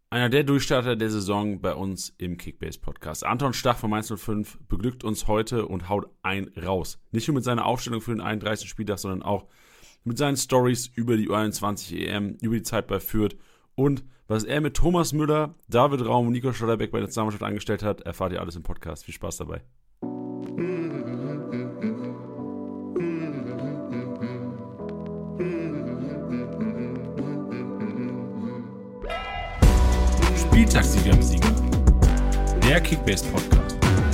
Einer der Durchstarter der Saison bei uns im Kickbase-Podcast. Anton Stach von Mainz 05 beglückt uns heute und haut einen raus. Nicht nur mit seiner Aufstellung für den 31. Spieltag, sondern auch mit seinen Stories über die U21 EM, über die Zeit bei Fürth und was er mit Thomas Müller, David Raum und Nico Schlotterbeck bei der Nationalmannschaft angestellt hat, erfahrt ihr alles im Podcast. Viel Spaß dabei. Spieltagssieger im Sieger. Der Kickbase-Podcast.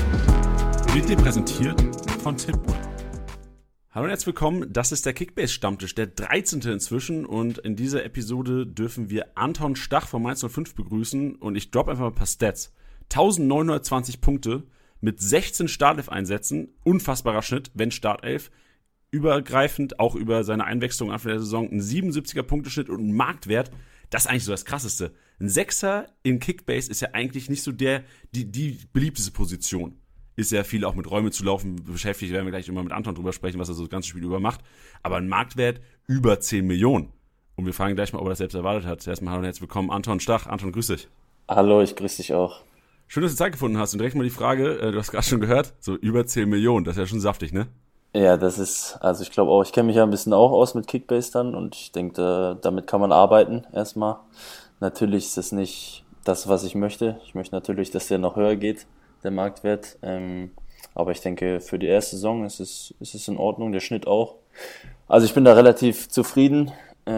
Wird dir präsentiert von Tippbull. Hallo und herzlich willkommen, das ist der Kickbase-Stammtisch, der 13. inzwischen, und in dieser Episode dürfen wir Anton Stach von Mainz 05 begrüßen und ich droppe einfach mal ein paar Stats. 1920 Punkte mit 16 Startelf-Einsätzen, unfassbarer Schnitt, wenn Startelf, übergreifend auch über seine Einwechslung Anfang der Saison, ein 77er Punkteschnitt und ein Marktwert. Das ist eigentlich so das Krasseste. Ein Sechser in Kickbase ist ja eigentlich nicht so die beliebteste Position. Ist ja viel auch mit Räumen zu laufen beschäftigt, werden wir gleich immer mit Anton drüber sprechen, was er so das ganze Spiel über macht. Aber ein Marktwert über 10 Millionen. Und wir fragen gleich mal, ob er das selbst erwartet hat. Erstmal hallo und herzlich willkommen, Anton Stach. Anton, grüß dich. Hallo, ich grüße dich auch. Schön, dass du Zeit gefunden hast. Und direkt mal die Frage, du hast gerade schon gehört, so über 10 Millionen, das ist ja schon saftig, ne? Ja, das ist, also ich glaube auch, ich kenne mich ja ein bisschen auch aus mit Kickbase dann und ich denke, damit kann man arbeiten erstmal. Natürlich ist das nicht das, was ich möchte. Ich möchte natürlich, dass der noch höher geht, der Marktwert. Aber ich denke, für die erste Saison ist es in Ordnung, der Schnitt auch. Also ich bin da relativ zufrieden,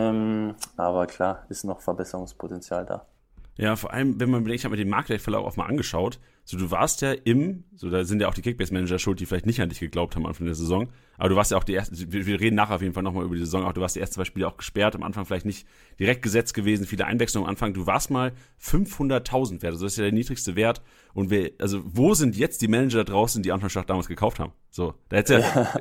aber klar, ist noch Verbesserungspotenzial da. Ja, vor allem, wenn man bedenkt, ich habe mir den Marktwertverlauf auch mal angeschaut. So, du warst ja da sind ja auch die Kickbase-Manager schuld, die vielleicht nicht an dich geglaubt haben am Anfang der Saison. Aber du warst ja auch wir reden nachher auf jeden Fall nochmal über die Saison, auch du warst die ersten 2 Spiele auch gesperrt, am Anfang vielleicht nicht direkt gesetzt gewesen, viele Einwechslungen am Anfang. Du warst mal 500.000 wert, also das ist ja der niedrigste Wert. Und wo sind jetzt die Manager da draußen, die Anton Stach damals gekauft haben? So, da hätte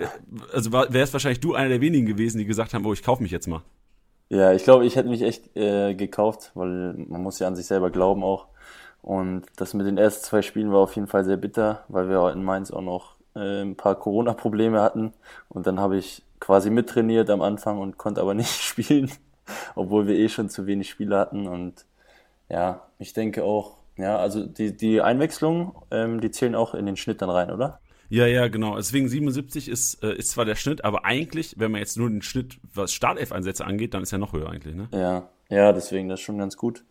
wärst wahrscheinlich du einer der wenigen gewesen, die gesagt haben, oh, ich kaufe mich jetzt mal. Ja, ich glaube, ich hätte mich echt gekauft, weil man muss ja an sich selber glauben auch. Und das mit den ersten 2 Spielen war auf jeden Fall sehr bitter, weil wir in Mainz auch noch ein paar Corona-Probleme hatten. Und dann habe ich quasi mittrainiert am Anfang und konnte aber nicht spielen, obwohl wir schon zu wenig Spieler hatten. Und ja, ich denke auch, ja, also die Einwechslungen, die zählen auch in den Schnitt dann rein, oder? Ja, genau. Deswegen 77 ist zwar der Schnitt, aber eigentlich, wenn man jetzt nur den Schnitt, was Startelf-Einsätze angeht, dann ist er noch höher eigentlich, ne? Ja, deswegen, das ist schon ganz gut.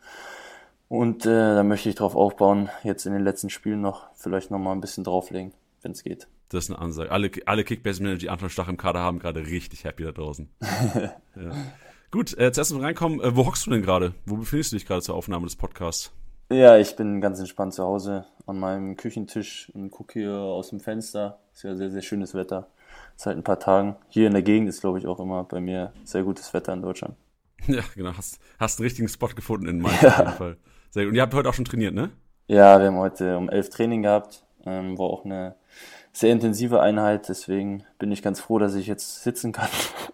Und da möchte ich drauf aufbauen, jetzt in den letzten Spielen vielleicht noch mal ein bisschen drauflegen, wenn es geht. Das ist eine Ansage. Alle Kickbase-Manager, die Anton Stach im Kader haben, gerade richtig happy da draußen. Ja. Gut, zuerst mal reinkommen. Wo hockst du denn gerade? Wo befindest du dich gerade zur Aufnahme des Podcasts? Ja, ich bin ganz entspannt zu Hause an meinem Küchentisch und gucke hier aus dem Fenster. Ist ja sehr, sehr schönes Wetter. Seit ein paar Tagen. Hier in der Gegend ist, glaube ich, auch immer bei mir sehr gutes Wetter in Deutschland. Ja, genau. Hast einen richtigen Spot gefunden in Mainz auf jeden Fall. Sehr gut. Und ihr habt heute auch schon trainiert, ne? Ja, wir haben heute um 11 Training gehabt. War auch eine sehr intensive Einheit. Deswegen bin ich ganz froh, dass ich jetzt sitzen kann.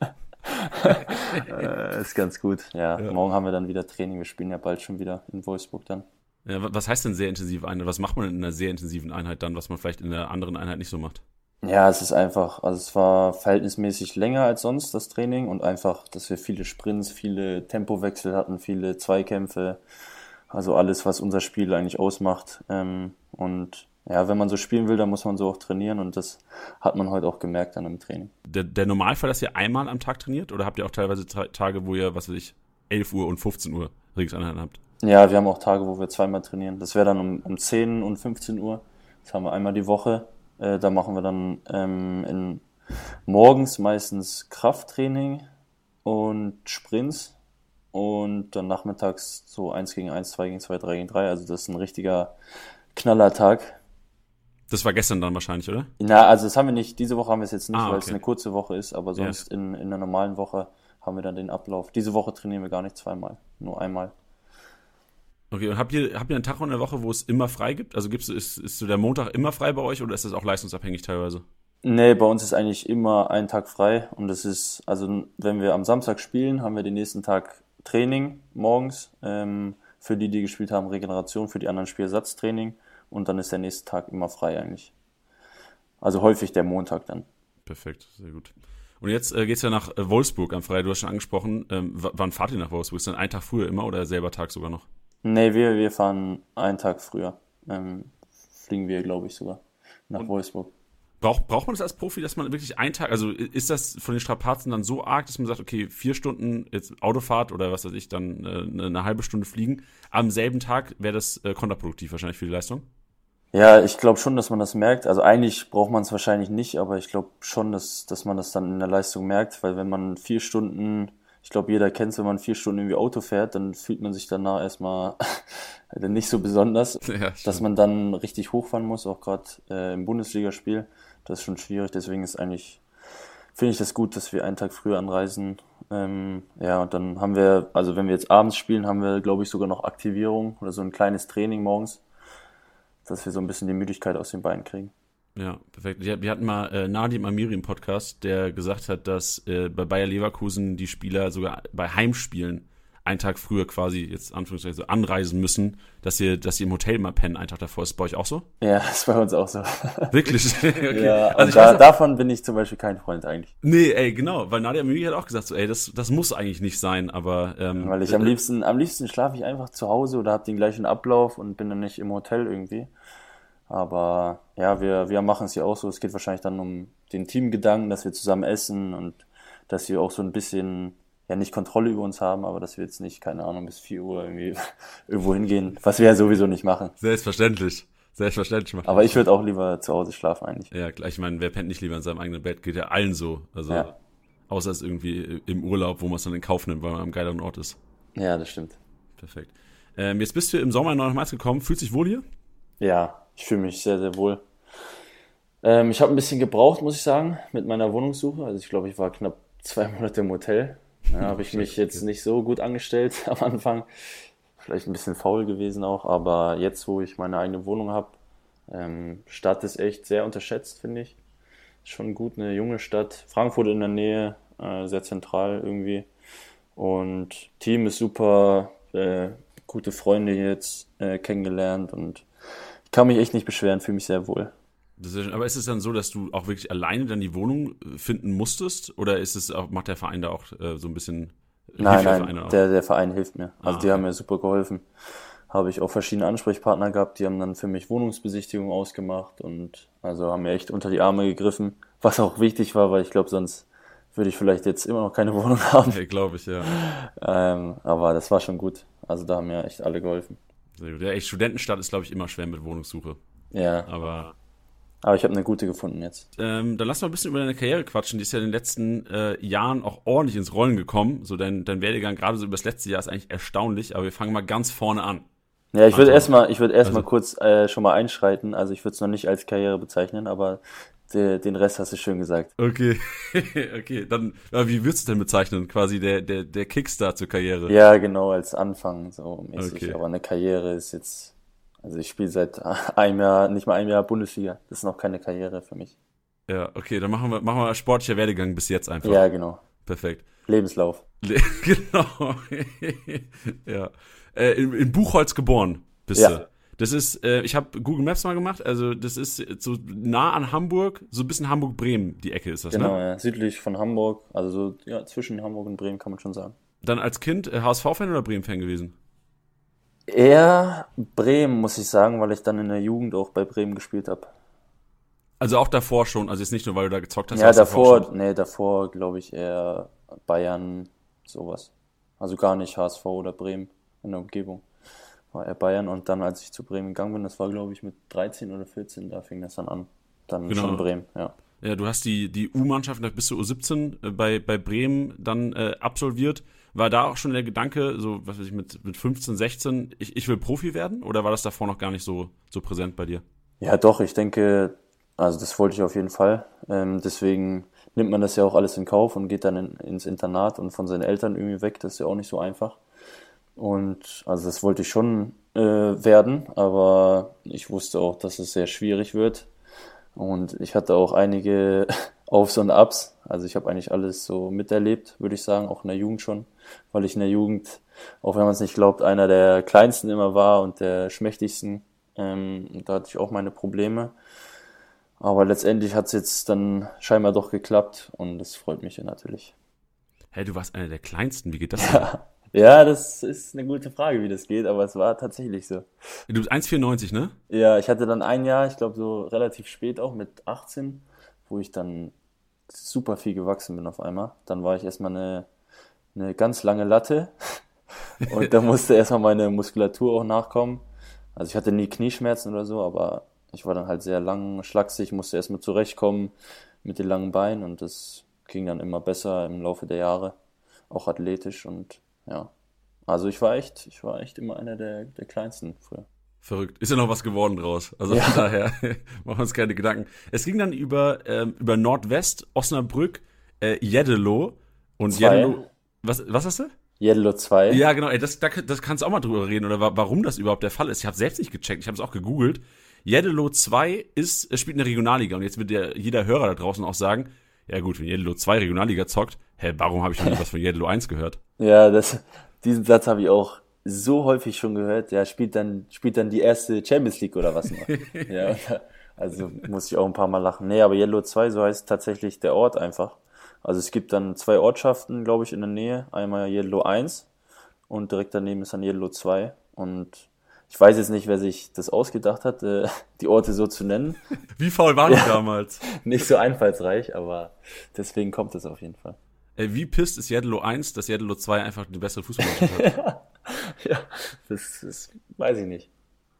Ist ganz gut. Ja, morgen haben wir dann wieder Training. Wir spielen ja bald schon wieder in Wolfsburg dann. Ja, was heißt denn sehr intensive Einheit? Was macht man in einer sehr intensiven Einheit dann, was man vielleicht in der anderen Einheit nicht so macht? Ja, es ist einfach, also es war verhältnismäßig länger als sonst, das Training, und einfach, dass wir viele Sprints, viele Tempowechsel hatten, viele Zweikämpfe, also alles, was unser Spiel eigentlich ausmacht. Und ja, wenn man so spielen will, dann muss man so auch trainieren, und das hat man heute auch gemerkt dann im Training. Der Normalfall, dass ihr einmal am Tag trainiert, oder habt ihr auch teilweise Tage, wo ihr, 11 Uhr und 15 Uhr Trainingseinheiten habt? Ja, wir haben auch Tage, wo wir zweimal trainieren. Das wäre dann um 10 und 15 Uhr. Das haben wir einmal die Woche. Da machen wir dann morgens meistens Krafttraining und Sprints und dann nachmittags so 1 gegen 1, 2 gegen 2, 3 gegen 3. Also das ist ein richtiger Knallertag. Das war gestern dann wahrscheinlich, oder? Na, also das haben wir nicht, diese Woche haben wir es jetzt nicht, weil okay. es eine kurze Woche ist, aber sonst in einer normalen Woche haben wir dann den Ablauf. Diese Woche trainieren wir gar nicht nur einmal. Okay, und habt ihr einen Tag in der Woche, wo es immer frei gibt? Also ist so der Montag immer frei bei euch oder ist das auch leistungsabhängig teilweise? Nee, bei uns ist eigentlich immer ein Tag frei, und das ist, also wenn wir am Samstag spielen, haben wir den nächsten Tag Training morgens, für die gespielt haben, Regeneration, für die anderen Spielersatztraining, und dann ist der nächste Tag immer frei eigentlich. Also häufig der Montag dann. Perfekt, sehr gut. Und jetzt geht's ja nach Wolfsburg am Freitag, du hast schon angesprochen. Wann fahrt ihr nach Wolfsburg? Ist dann ein Tag früher immer oder selber Tag sogar noch? Nee, wir fahren einen Tag früher. Fliegen wir, glaube ich, sogar nach Und Wolfsburg. braucht man das als Profi, dass man wirklich einen Tag, also ist das von den Strapazen dann so arg, dass man sagt, okay, 4 Stunden jetzt Autofahrt oder was weiß ich, dann eine halbe Stunde fliegen, am selben Tag wäre das kontraproduktiv wahrscheinlich für die Leistung? Ja, ich glaube schon, dass man das merkt. Also eigentlich braucht man es wahrscheinlich nicht, aber ich glaube schon, dass man das dann in der Leistung merkt, weil wenn man 4 Stunden, ich glaube, jeder kennt es, wenn man 4 Stunden irgendwie Auto fährt, dann fühlt man sich danach erstmal nicht so besonders, Ja, dass stimmt. man dann richtig hochfahren muss, auch gerade im Bundesligaspiel. Das ist schon schwierig, deswegen finde ich das gut, dass wir einen Tag früher anreisen. Ja, und dann haben wir, also wenn wir jetzt abends spielen, haben wir, glaube ich, sogar noch Aktivierung oder so ein kleines Training morgens, dass wir so ein bisschen die Müdigkeit aus den Beinen kriegen. Ja, perfekt. Wir hatten mal Nadim Amiri im Podcast, der gesagt hat, dass bei Bayer Leverkusen die Spieler sogar bei Heimspielen einen Tag früher quasi, jetzt Anführungszeichen, so anreisen müssen, dass ihr im Hotel mal pennen, einen Tag davor. Ist bei euch auch so? Ja, das ist bei uns auch so. Wirklich? Okay. Ja, Also und ich weiß noch, davon bin ich zum Beispiel kein Freund eigentlich. nee, ey, genau, weil Nadim Amiri hat auch gesagt, so, ey, das muss eigentlich nicht sein, aber Weil ich am liebsten schlafe ich einfach zu Hause oder habe den gleichen Ablauf und bin dann nicht im Hotel irgendwie. Aber ja, wir machen es ja auch so. Es geht wahrscheinlich dann um den Teamgedanken, dass wir zusammen essen und dass wir auch so ein bisschen, ja, nicht Kontrolle über uns haben, aber dass wir jetzt nicht, keine Ahnung, bis 4 Uhr irgendwie irgendwo hingehen, was wir ja sowieso nicht machen. selbstverständlich. Selbstverständlich macht Aber man ich das. würde auch lieber zu Hause schlafen eigentlich. Ja, klar, ich meine, wer pennt nicht lieber in seinem eigenen Bett? Geht ja allen so. Also, Ja, außer es irgendwie im Urlaub, wo man es dann in Kauf nimmt, weil man am geileren Ort ist. ja, das stimmt. Perfekt. Jetzt bist du im Sommer in Neumarkt gekommen. Fühlst dich wohl hier? Ja, ich fühle mich sehr, sehr wohl. Ich habe ein bisschen gebraucht, muss ich sagen, mit meiner Wohnungssuche. Also ich glaube, ich war knapp 2 Monate im Hotel. Ja, habe ich Shit, mich jetzt okay. nicht so gut angestellt am Anfang. Vielleicht ein bisschen faul gewesen auch, aber jetzt, wo ich meine eigene Wohnung habe, Stadt ist echt sehr unterschätzt, finde ich. Schon gut, eine junge Stadt. Frankfurt in der Nähe, sehr zentral irgendwie. Und Team ist super, gute Freunde jetzt kennengelernt und ich kann mich echt nicht beschweren, fühle mich sehr wohl. Aber ist es dann so, dass du auch wirklich alleine dann die Wohnung finden musstest? Oder ist es auch, macht der Verein da auch so ein bisschen, Nein, hilft der nein, Verein da auch? der Verein hilft mir. Also die haben Okay. mir super geholfen. Habe ich auch verschiedene Ansprechpartner gehabt, die haben dann für mich Wohnungsbesichtigungen ausgemacht und also haben mir echt unter die Arme gegriffen, was auch wichtig war, weil ich glaube, sonst würde ich vielleicht jetzt immer noch keine Wohnung haben. Hey, glaube ich, ja. Aber das war schon gut. Also da haben mir echt alle geholfen. Sehr gut. Ja, echt, Studentenstadt ist, glaube ich, immer schwer mit Wohnungssuche. Ja, Aber aber ich habe eine gute gefunden jetzt. dann lass mal ein bisschen über deine Karriere quatschen. Die ist ja in den letzten Jahren auch ordentlich ins Rollen gekommen. So dein Werdegang gerade so über das letzte Jahr ist eigentlich erstaunlich. Aber wir fangen mal ganz vorne an. Ja, ich würde Also, erstmal also kurz schon mal einschreiten. Also ich würde es noch nicht als Karriere bezeichnen, aber den Rest hast du schön gesagt. okay, okay. Dann, wie würdest du es denn bezeichnen? Quasi der Kickstart zur Karriere. Ja, genau, als Anfang so mäßig. Okay. Aber eine Karriere ist jetzt, also ich spiele seit einem Jahr, nicht mal einem Jahr Bundesliga. Das ist noch keine Karriere für mich. Ja, okay, dann machen wir sportlicher Werdegang bis jetzt einfach. Ja, genau. Perfekt. Lebenslauf. Genau. Ja. In Buchholz geboren bist Ja, du. Das ist, ich habe Google Maps mal gemacht, also das ist so nah an Hamburg, so ein bisschen Hamburg-Bremen, die Ecke ist das, genau, ne? ja. Südlich von Hamburg, also so, ja, zwischen Hamburg und Bremen kann man schon sagen. Dann als Kind HSV-Fan oder Bremen-Fan gewesen? Eher Bremen, muss ich sagen, weil ich dann in der Jugend auch bei Bremen gespielt habe. Also auch davor schon, also jetzt nicht nur, weil du da gezockt hast, Ja, hast du davor schon. davor glaube ich eher Bayern, sowas. Also gar nicht HSV oder Bremen in der Umgebung. War eher Bayern und dann, als ich zu Bremen gegangen bin, das war glaube ich mit 13 oder 14, da fing das dann an. Dann schon Genau. Bremen, ja. Ja, du hast die U-Mannschaft bis zur U17 bei Bremen dann absolviert. War da auch schon der Gedanke, so was weiß ich, mit 15, 16, ich will Profi werden? Oder war das davor noch gar nicht so präsent bei dir? Ja, doch, ich denke, also das wollte ich auf jeden Fall. Deswegen nimmt man das ja auch alles in Kauf und geht dann ins Internat und von seinen Eltern irgendwie weg. Das ist ja auch nicht so einfach. Und also das wollte ich schon werden, aber ich wusste auch, dass es sehr schwierig wird. Und ich hatte auch einige Aufs und Ups. Also ich habe eigentlich alles so miterlebt, würde ich sagen, auch in der Jugend schon, weil ich in der Jugend, auch wenn man es nicht glaubt, einer der kleinsten immer war und der schmächtigsten. Da hatte ich auch meine Probleme. Aber letztendlich hat es jetzt dann scheinbar doch geklappt und das freut mich ja natürlich. Hey, du warst einer der Kleinsten, wie geht das denn? Ja, das ist eine gute Frage, wie das geht, aber es war tatsächlich so. Du bist 1,94, ne? Ja, ich hatte dann ein Jahr, ich glaube so relativ spät auch mit 18, wo ich dann super viel gewachsen bin auf einmal. Dann war ich erstmal eine ganz lange Latte und da musste erstmal meine Muskulatur auch nachkommen. Also ich hatte nie Knieschmerzen oder so, aber ich war dann halt sehr lang, schlaksig, musste erstmal zurechtkommen mit den langen Beinen und das ging dann immer besser im Laufe der Jahre, auch athletisch und ja. Also ich war echt immer einer der kleinsten früher. Verrückt. Ist ja noch was geworden draus. Also von Ja, daher machen wir uns keine Gedanken. Es ging dann über Nordwest, Osnabrück, Jeddelo und zwei. Jeddelo. Was hast du? Yellow 2. Ja, genau, ey, das kannst du auch mal drüber reden, oder warum das überhaupt der Fall ist. Ich habe selbst nicht gecheckt, ich habe es auch gegoogelt. Jeddelo 2 spielt in der Regionalliga und jetzt wird jeder Hörer da draußen auch sagen, ja gut, wenn Jeddelo 2 Regionalliga zockt, warum habe ich noch nie was von Jeddelo 1 gehört? Ja, diesen Satz habe ich auch so häufig schon gehört. Ja, spielt dann die erste Champions League oder was noch. Ja, also muss ich auch ein paar Mal lachen. Nee, aber Yellow 2, so heißt tatsächlich der Ort einfach. Also es gibt dann zwei Ortschaften, glaube ich, in der Nähe. Einmal Yellow 1 und direkt daneben ist dann Yellow 2. Und ich weiß jetzt nicht, wer sich das ausgedacht hat, die Orte so zu nennen. Wie faul waren die damals? Nicht so einfallsreich, aber deswegen kommt es auf jeden Fall. Wie pisst ist Jeddelo 1, dass Jeddelo 2 einfach eine bessere Fußballmannschaft hat? Ja, das weiß ich nicht.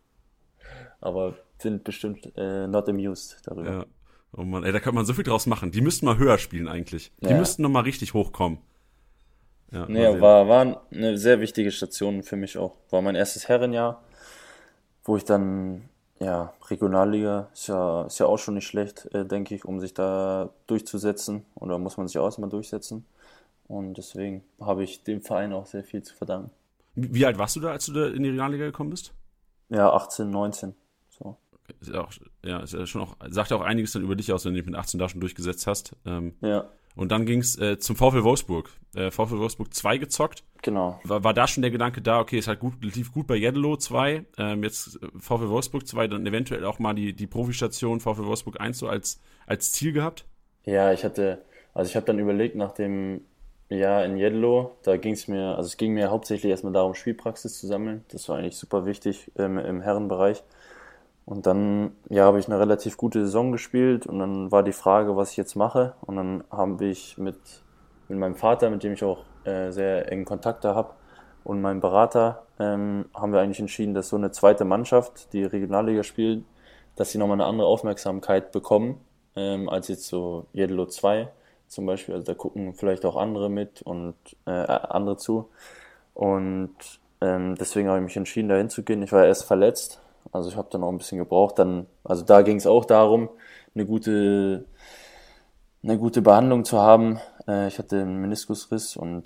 Aber sind bestimmt not amused darüber. Ja. Oh Mann, ey, da könnte man so viel draus machen. Die müssten mal höher spielen eigentlich. Die Ja. müssten noch mal richtig hochkommen. Ja, mal Nee, sehen. war eine sehr wichtige Station für mich auch. War mein erstes Herrenjahr, wo ich dann, ja, Regionalliga ist ja auch schon nicht schlecht, denke ich, um sich da durchzusetzen. Oder muss man sich auch erstmal durchsetzen. Und deswegen habe ich dem Verein auch sehr viel zu verdanken. Wie alt warst du da, als du da in die Regionalliga gekommen bist? Ja, 18, 19. So. Ist ja schon auch, sagt ja auch einiges dann über dich aus, wenn du dich mit 18 da schon durchgesetzt hast. Ja, Und dann ging es zum VfL Wolfsburg. VfL Wolfsburg 2 gezockt. genau. War da schon der Gedanke da, okay, es hat lief gut bei Jeddelo 2, jetzt VfL Wolfsburg 2, dann eventuell auch mal die Profistation VfL Wolfsburg 1 so als Ziel gehabt? Ja, also ich habe dann überlegt nach dem Jahr in Jedlo, also es ging mir hauptsächlich erstmal darum, Spielpraxis zu sammeln. Das war eigentlich super wichtig im Herrenbereich. Und dann, ja, habe ich eine relativ gute Saison gespielt und dann war die Frage, was ich jetzt mache. Und dann habe ich mit meinem Vater, mit dem ich auch sehr engen Kontakt da habe, und meinem Berater, haben wir eigentlich entschieden, dass so eine zweite Mannschaft, die Regionalliga spielt, dass sie nochmal eine andere Aufmerksamkeit bekommen, als jetzt so Jedelo 2 zum Beispiel. Also da gucken vielleicht auch andere mit und andere zu. Und deswegen habe ich mich entschieden, da hinzugehen. Ich war erst verletzt, also ich habe dann auch ein bisschen gebraucht. Also da ging es auch darum, eine gute, eine gute Behandlung zu haben. Ich hatte einen Meniskusriss und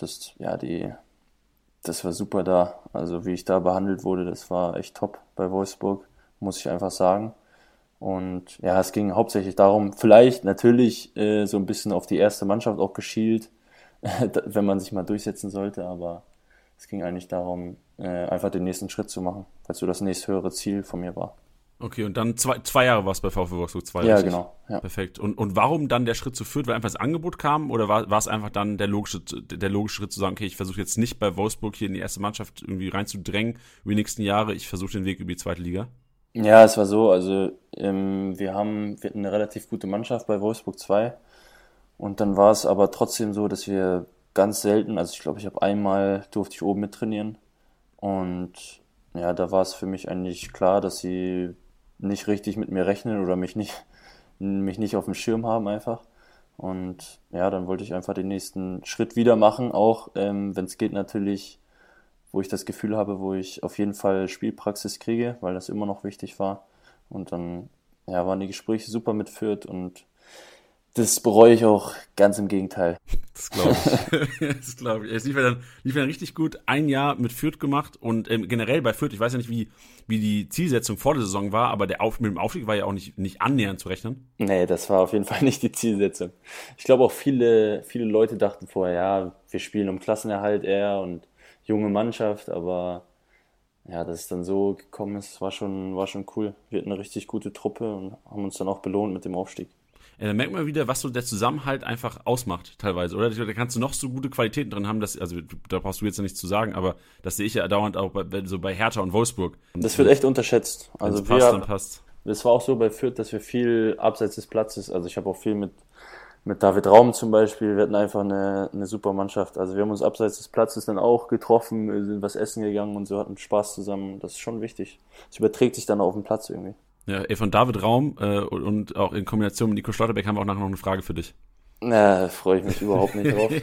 das war super da. Also wie ich da behandelt wurde, das war echt top bei Wolfsburg, muss ich einfach sagen. Und ja, es ging hauptsächlich darum, vielleicht natürlich so ein bisschen auf die erste Mannschaft auch geschielt, wenn man sich mal durchsetzen sollte, aber es ging eigentlich darum, einfach den nächsten Schritt zu machen, weil so das nächsthöhere Ziel von mir war. Okay, und dann zwei Jahre warst du bei VfL Wolfsburg 2, Ja, richtig? genau. Ja. Perfekt. Und warum dann der Schritt zu Fürth? Weil einfach das Angebot kam oder war es einfach dann der logische Schritt zu sagen, okay, ich versuche jetzt nicht bei Wolfsburg hier in die erste Mannschaft irgendwie reinzudrängen über die nächsten Jahre, ich versuche den Weg über die zweite Liga? Ja, es war so, also wir hatten eine relativ gute Mannschaft bei Wolfsburg 2 und dann war es aber trotzdem so, dass wir ganz selten, also ich glaube, ich habe einmal durfte ich oben mittrainieren und ja, da war es für mich eigentlich klar, dass sie nicht richtig mit mir rechnen oder mich nicht auf dem Schirm haben einfach. Und ja, dann wollte ich einfach den nächsten Schritt wieder machen, auch wenn es geht natürlich, wo ich das Gefühl habe, wo ich auf jeden Fall Spielpraxis kriege, weil das immer noch wichtig war. Und dann ja, waren die Gespräche super mit Fürth und das bereue ich auch ganz im Gegenteil. Das glaube ich. Das glaube ich. Es lief dann richtig gut. Ein Jahr mit Fürth gemacht und generell bei Fürth, ich weiß ja nicht, wie die Zielsetzung vor der Saison war, aber mit dem Aufstieg war ja auch nicht annähernd zu rechnen. Nee, das war auf jeden Fall nicht die Zielsetzung. Ich glaube auch viele Leute dachten vorher, ja, wir spielen um Klassenerhalt eher und junge Mannschaft, aber ja, dass es dann so gekommen ist, war schon cool. Wir hatten eine richtig gute Truppe und haben uns dann auch belohnt mit dem Aufstieg. Da merkt man wieder, was so der Zusammenhalt einfach ausmacht, teilweise, oder? Da kannst du noch so gute Qualitäten drin haben, also da brauchst du jetzt ja nichts zu sagen, aber das sehe ich ja dauernd auch bei Hertha und Wolfsburg. Das wird echt unterschätzt. Also passt, dann passt. Das war auch so bei Fürth, dass wir viel abseits des Platzes, also ich habe auch viel mit David Raum zum Beispiel, wir hatten einfach eine super Mannschaft. Also wir haben uns abseits des Platzes dann auch getroffen, sind was essen gegangen und so, hatten Spaß zusammen. Das ist schon wichtig. Das überträgt sich dann auf den Platz irgendwie. Ja, von David Raum und auch in Kombination mit Nico Schlotterbeck haben wir auch nachher noch eine Frage für dich. Na, freue ich mich überhaupt nicht drauf.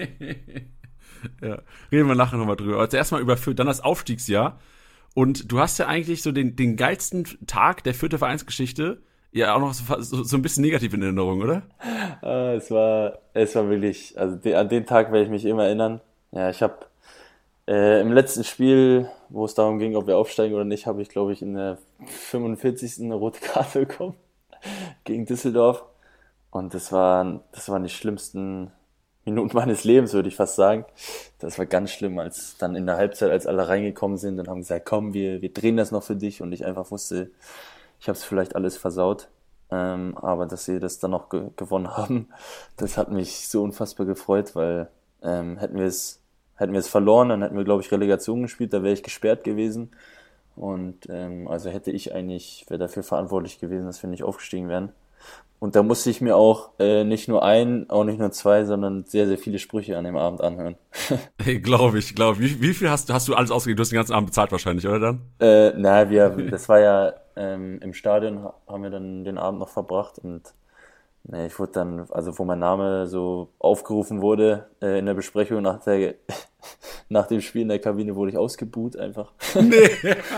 Ja, reden wir nachher nochmal drüber. Also erstmal über Fürth, dann das Aufstiegsjahr. Und du hast ja eigentlich so den geilsten Tag der Fürther Vereinsgeschichte ja auch noch so ein bisschen negativ in Erinnerung, oder? Es war wirklich, also an den Tag werde ich mich immer erinnern. Ja, ich habe im letzten Spiel, wo es darum ging, ob wir aufsteigen oder nicht, habe ich, glaube ich, in der 45. eine rote Karte bekommen gegen Düsseldorf. Und das waren die schlimmsten Minuten meines Lebens, würde ich fast sagen. Das war ganz schlimm, als dann in der Halbzeit, als alle reingekommen sind und haben gesagt, komm, wir drehen das noch für dich. Und ich einfach wusste, ich habe es vielleicht alles versaut. Aber dass sie das dann noch gewonnen haben, das hat mich so unfassbar gefreut, weil hätten wir es verloren, dann hätten wir, glaube ich, Relegation gespielt, da wäre ich gesperrt gewesen. Und also wäre dafür verantwortlich gewesen, dass wir nicht aufgestiegen wären. Und da musste ich mir auch nicht nur auch nicht nur zwei, sondern sehr, sehr viele Sprüche an dem Abend anhören. Hey, glaube ich. Wie viel hast du alles ausgegeben? Du hast den ganzen Abend bezahlt wahrscheinlich, oder dann? Das war ja im Stadion, haben wir dann den Abend noch verbracht und ich wurde dann, also wo mein Name so aufgerufen wurde in der Besprechung nach dem Spiel in der Kabine, wurde ich ausgebuht einfach. Nee.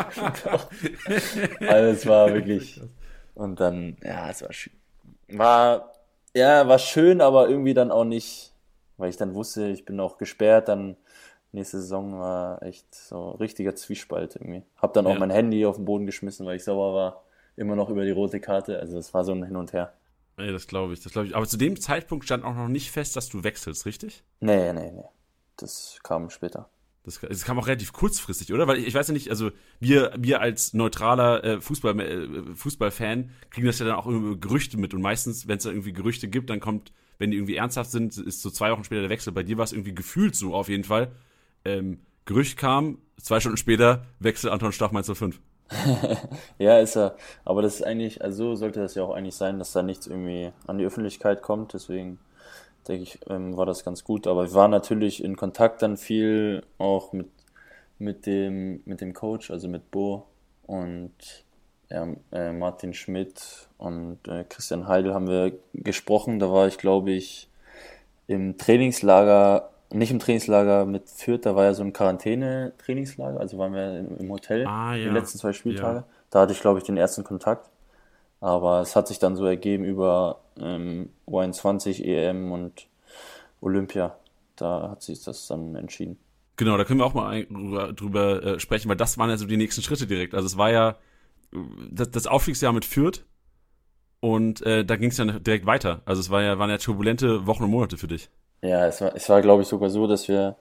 Also es war wirklich, und dann, ja, es war schön. War schön, aber irgendwie dann auch nicht, weil ich dann wusste, ich bin auch gesperrt, dann nächste Saison war echt so richtiger Zwiespalt irgendwie. Hab dann auch mein Handy auf den Boden geschmissen, weil ich sauer war, immer noch über die rote Karte, also es war so ein Hin und Her. Ja, das glaube ich. Aber zu dem Zeitpunkt stand auch noch nicht fest, dass du wechselst, richtig? Nee. Das kam später. Das kam auch relativ kurzfristig, oder? Weil ich weiß ja nicht, also wir als neutraler Fußballfan kriegen das ja dann auch irgendwie Gerüchte mit. Und meistens, wenn es da irgendwie Gerüchte gibt, dann kommt, wenn die irgendwie ernsthaft sind, ist so 2 Wochen später der Wechsel. Bei dir war es irgendwie gefühlt so auf jeden Fall. Gerücht kam, 2 Stunden später, Wechsel Anton Stach 05. Ja, ist er. Aber das ist eigentlich, also so sollte das ja auch eigentlich sein, dass da nichts irgendwie an die Öffentlichkeit kommt. Deswegen denke ich, war das ganz gut. Aber wir waren natürlich in Kontakt dann viel auch mit dem Coach, also mit Bo und Martin Schmidt und Christian Heidel haben wir gesprochen. Da war ich, glaube ich, nicht im Trainingslager mit Fürth, da war ja so ein Quarantäne-Trainingslager, also waren wir im Hotel die letzten 2 Spieltage. Ja. Da hatte ich, glaube ich, den ersten Kontakt. Aber es hat sich dann so ergeben über U21, EM und Olympia. Da hat sich das dann entschieden. Genau, da können wir auch mal drüber sprechen, weil das waren ja so die nächsten Schritte direkt. Also es war ja das Aufstiegsjahr mit Fürth und da ging es ja direkt weiter. Also waren ja turbulente Wochen und Monate für dich. Ja, es war glaube ich sogar so, dass wir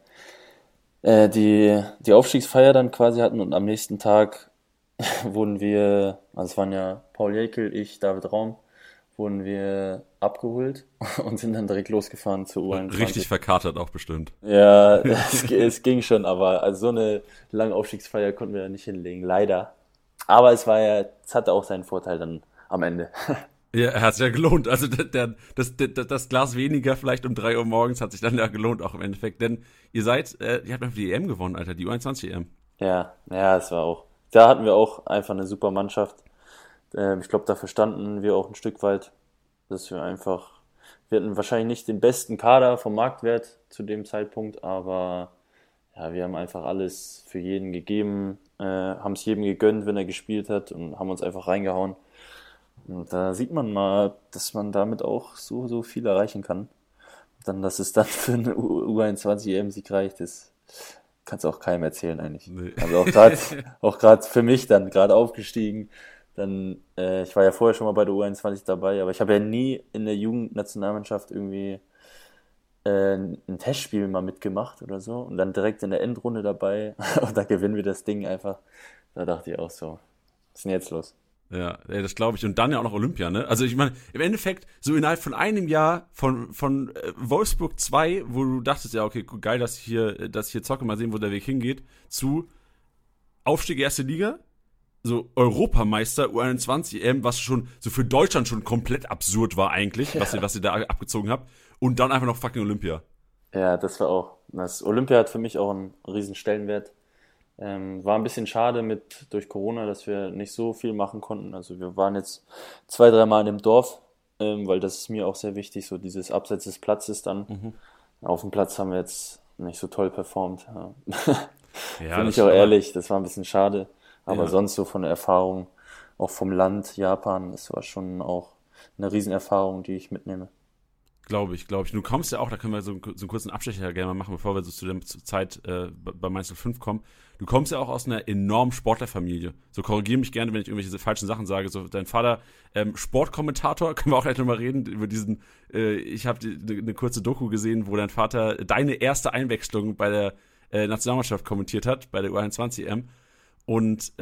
die Aufstiegsfeier dann quasi hatten und am nächsten Tag wurden wir, also es waren ja Paul Jäckel, ich, David Raum, wurden wir abgeholt und sind dann direkt losgefahren zur U21. Richtig verkatert auch bestimmt. Ja, es ging schon, aber also so eine lange Aufstiegsfeier konnten wir nicht hinlegen, leider. Aber es hatte auch seinen Vorteil dann am Ende. Ja, hat sich ja gelohnt. Also das Glas weniger vielleicht um 3 Uhr morgens hat sich dann ja gelohnt auch im Endeffekt. Denn ihr habt einfach die EM gewonnen, Alter, die U21-EM. Ja, es war auch. Da hatten wir auch einfach eine super Mannschaft. Ich glaube, da verstanden wir auch ein Stück weit, dass wir hatten wahrscheinlich nicht den besten Kader vom Marktwert zu dem Zeitpunkt, aber ja, wir haben einfach alles für jeden gegeben, haben es jedem gegönnt, wenn er gespielt hat und haben uns einfach reingehauen. Und da sieht man mal, dass man damit auch so viel erreichen kann. Dann, dass es dann für eine U21 EM-Sieg reicht, das kannst du auch keinem erzählen eigentlich. Nee. Also auch gerade für mich dann, gerade aufgestiegen. Dann, ich war ja vorher schon mal bei der U21 dabei, aber ich habe ja nie in der Jugendnationalmannschaft irgendwie ein Testspiel mal mitgemacht oder so. Und dann direkt in der Endrunde dabei und da gewinnen wir das Ding einfach. Da dachte ich auch so, was ist denn jetzt los? Ja, das glaube ich. Und dann ja auch noch Olympia, ne? Also ich meine, im Endeffekt, so innerhalb von einem Jahr von Wolfsburg 2, wo du dachtest, ja, okay, geil, dass ich hier zocke, mal sehen, wo der Weg hingeht, zu Aufstieg erste Liga, so Europameister, U21 EM, was schon so für Deutschland schon komplett absurd war eigentlich, ja. was ihr da abgezogen habt. Und dann einfach noch fucking Olympia. Ja, das Olympia hat für mich auch einen riesen Stellenwert. War ein bisschen schade durch Corona, dass wir nicht so viel machen konnten. Also wir waren jetzt 2-3 Mal in dem Dorf, weil das ist mir auch sehr wichtig, so dieses Abseits des Platzes dann. Mhm. Auf dem Platz haben wir jetzt nicht so toll performt. Ja, finde ich auch ehrlich, das war ein bisschen schade. Aber sonst so von der Erfahrung, auch vom Land Japan, das war schon auch eine Riesenerfahrung, die ich mitnehme. Glaube ich. Du kommst ja auch, da können wir so einen kurzen Abstecher gerne mal machen, bevor wir so zu der Zeit bei Mainz 05 kommen. Du kommst ja auch aus einer enormen Sportlerfamilie. So, korrigiere mich gerne, wenn ich irgendwelche falschen Sachen sage. So, dein Vater, Sportkommentator, können wir auch gleich nochmal reden über diesen, ich habe eine kurze Doku gesehen, wo dein Vater deine erste Einwechslung bei der Nationalmannschaft kommentiert hat, bei der U21-EM. Und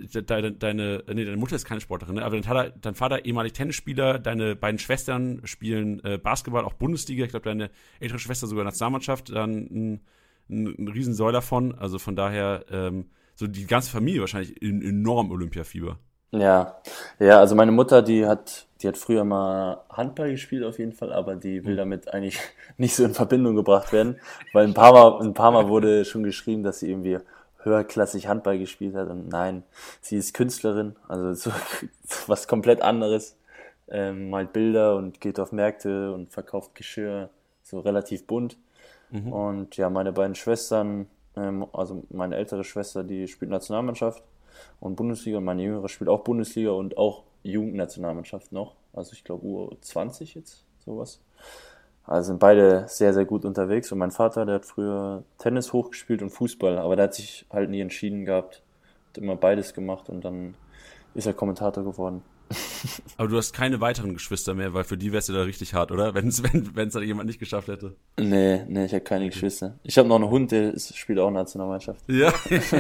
deine Mutter ist keine Sportlerin, ne? Aber dein Vater ehemalig Tennisspieler, deine beiden Schwestern spielen Basketball, auch Bundesliga. Ich glaube, deine ältere Schwester sogar Nationalmannschaft, dann ein Riesensäul davon. Also von daher, so die ganze Familie wahrscheinlich in enorm Olympiafieber. Ja, also meine Mutter, die hat früher mal Handball gespielt auf jeden Fall, aber die will damit eigentlich nicht so in Verbindung gebracht werden, weil ein paar Mal wurde schon geschrieben, dass sie irgendwie höherklassig Handball gespielt hat, und nein, sie ist Künstlerin, also so was komplett anderes, malt Bilder und geht auf Märkte und verkauft Geschirr, so relativ bunt. Mhm. Und ja, meine beiden Schwestern, also meine ältere Schwester, die spielt Nationalmannschaft und Bundesliga, und meine jüngere spielt auch Bundesliga und auch Jugendnationalmannschaft noch, also ich glaube U20 jetzt, sowas. Also sind beide sehr, sehr gut unterwegs. Und mein Vater, der hat früher Tennis hochgespielt und Fußball, aber der hat sich halt nie entschieden gehabt, hat immer beides gemacht und dann ist er Kommentator geworden. Aber du hast keine weiteren Geschwister mehr, weil für die wärst du da richtig hart, oder? Wenn es da jemand nicht geschafft hätte. Nee, ich habe keine Geschwister. Ich habe noch einen Hund, der spielt auch Nationalmannschaft. Ja.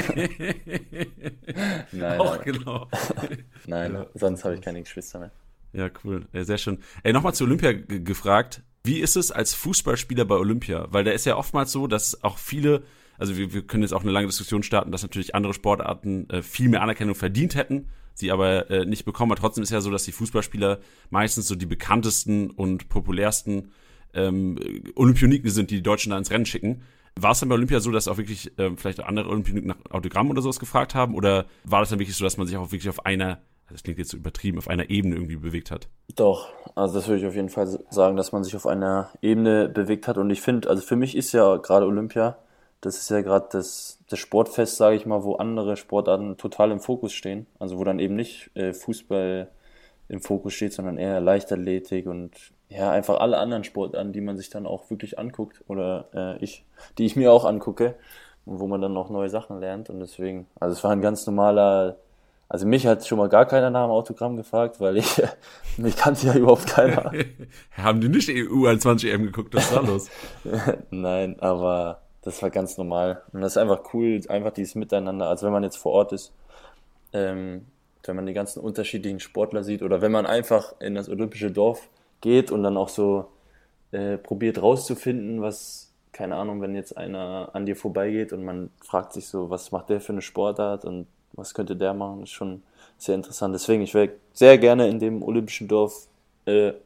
Nein. Auch genau. Nein, ja. Sonst habe ich keine Geschwister mehr. Ja, cool. Ja, sehr schön. Nochmal zu Olympia gefragt. Wie ist es als Fußballspieler bei Olympia? Weil da ist ja oftmals so, dass auch viele, also wir können jetzt auch eine lange Diskussion starten, dass natürlich andere Sportarten viel mehr Anerkennung verdient hätten, sie aber nicht bekommen. Aber trotzdem ist ja so, dass die Fußballspieler meistens so die bekanntesten und populärsten Olympioniken sind, die Deutschen da ins Rennen schicken. War es dann bei Olympia so, dass auch wirklich vielleicht andere Olympioniken nach Autogramm oder sowas gefragt haben? Oder war das dann wirklich so, dass man sich auch wirklich auf einer, das klingt jetzt so übertrieben, auf einer Ebene irgendwie bewegt hat? Doch, also das würde ich auf jeden Fall sagen, dass man sich auf einer Ebene bewegt hat. Und ich finde, also für mich ist ja gerade Olympia, das ist ja gerade das Sportfest, sage ich mal, wo andere Sportarten total im Fokus stehen. Also wo dann eben nicht Fußball im Fokus steht, sondern eher Leichtathletik und ja, einfach alle anderen Sportarten, die man sich dann auch wirklich anguckt oder die ich mir auch angucke und wo man dann noch neue Sachen lernt. Und deswegen, also es war ein ganz normaler. Also mich hat schon mal gar keiner nach dem Autogramm gefragt, weil mich kannte ja überhaupt keiner. Haben die nicht EU21 EM geguckt, was ist da los? Nein, aber das war ganz normal. Und das ist einfach cool, einfach dieses Miteinander. Also wenn man jetzt vor Ort ist, wenn man die ganzen unterschiedlichen Sportler sieht oder wenn man einfach in das olympische Dorf geht und dann auch so probiert rauszufinden, was, keine Ahnung, wenn jetzt einer an dir vorbeigeht und man fragt sich so, was macht der für eine Sportart und was könnte der machen, ist schon sehr interessant. Deswegen, ich wäre sehr gerne in dem olympischen Dorf, hätte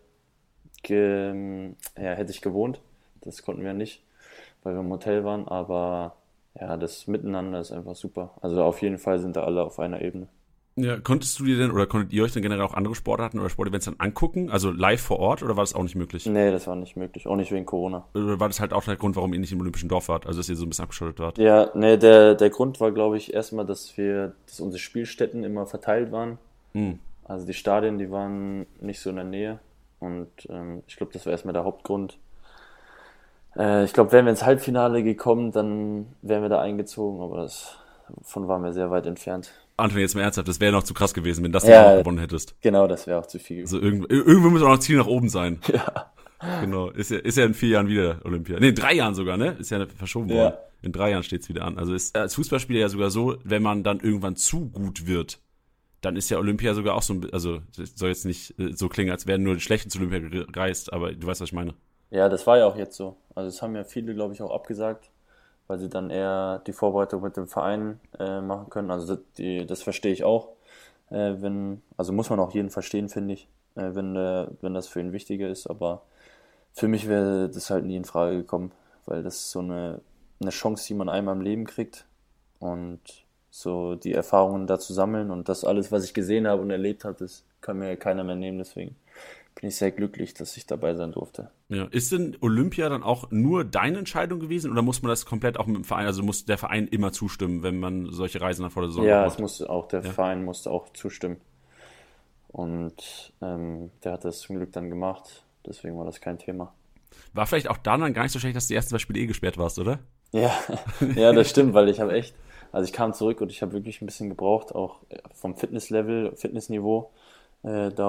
ich gewohnt. Das konnten wir nicht, weil wir im Hotel waren. Aber ja, das Miteinander ist einfach super. Also auf jeden Fall sind da alle auf einer Ebene. Ja, konntet ihr euch denn generell auch andere Sportarten oder Sportevents dann angucken? Also live vor Ort, oder war das auch nicht möglich? Nee, das war nicht möglich. Auch nicht wegen Corona. Oder war das halt auch der Grund, warum ihr nicht im Olympischen Dorf wart? Also, dass ihr so ein bisschen abgeschottet wart? Ja, nee, der Grund war, glaube ich, erstmal, dass unsere Spielstätten immer verteilt waren. Also die Stadien, die waren nicht so in der Nähe. Und ich glaube, das war erstmal der Hauptgrund. Ich glaube, wären wir ins Halbfinale gekommen, dann wären wir da eingezogen, aber davon waren wir sehr weit entfernt. Anton, jetzt mal ernsthaft, das wäre noch zu krass gewesen, wenn das auch gewonnen hättest. Genau, das wäre auch zu viel gewesen. Also irgendwo muss auch noch Ziel nach oben sein. Ja. Genau, ist ja in 4 Jahren wieder Olympia. Nee, in 3 Jahren sogar, ne? Ist ja verschoben worden. In 3 Jahren steht's wieder an. Also ist als Fußballspieler ja sogar so, wenn man dann irgendwann zu gut wird, dann ist ja Olympia sogar auch so ein, also das soll jetzt nicht so klingen, als wären nur die Schlechten zu Olympia gereist, aber du weißt, was ich meine. Ja, das war ja auch jetzt so. Also das haben ja viele, glaube ich, auch abgesagt, weil sie dann eher die Vorbereitung mit dem Verein machen können. Also das verstehe ich auch. Also muss man auch jeden verstehen, finde ich, wenn das für ihn wichtiger ist. Aber für mich wäre das halt nie in Frage gekommen, weil das ist so eine Chance, die man einmal im Leben kriegt. Und so die Erfahrungen da zu sammeln und das alles, was ich gesehen habe und erlebt habe, das kann mir keiner mehr nehmen. Deswegen bin ich sehr glücklich, dass ich dabei sein durfte. Ja. Ist denn Olympia dann auch nur deine Entscheidung gewesen oder muss man das komplett auch mit dem Verein, also muss der Verein immer zustimmen, wenn man solche Reisen nach vor der Saison Ja, macht? es musste auch, der Verein musste auch zustimmen. Und der hat das zum Glück dann gemacht. Deswegen war das kein Thema. War vielleicht auch dann gar nicht so schlecht, dass du die ersten 2 Spiele gesperrt warst, oder? Ja, ja, das stimmt, weil also ich kam zurück und ich habe wirklich ein bisschen gebraucht, auch vom Fitnessniveau, da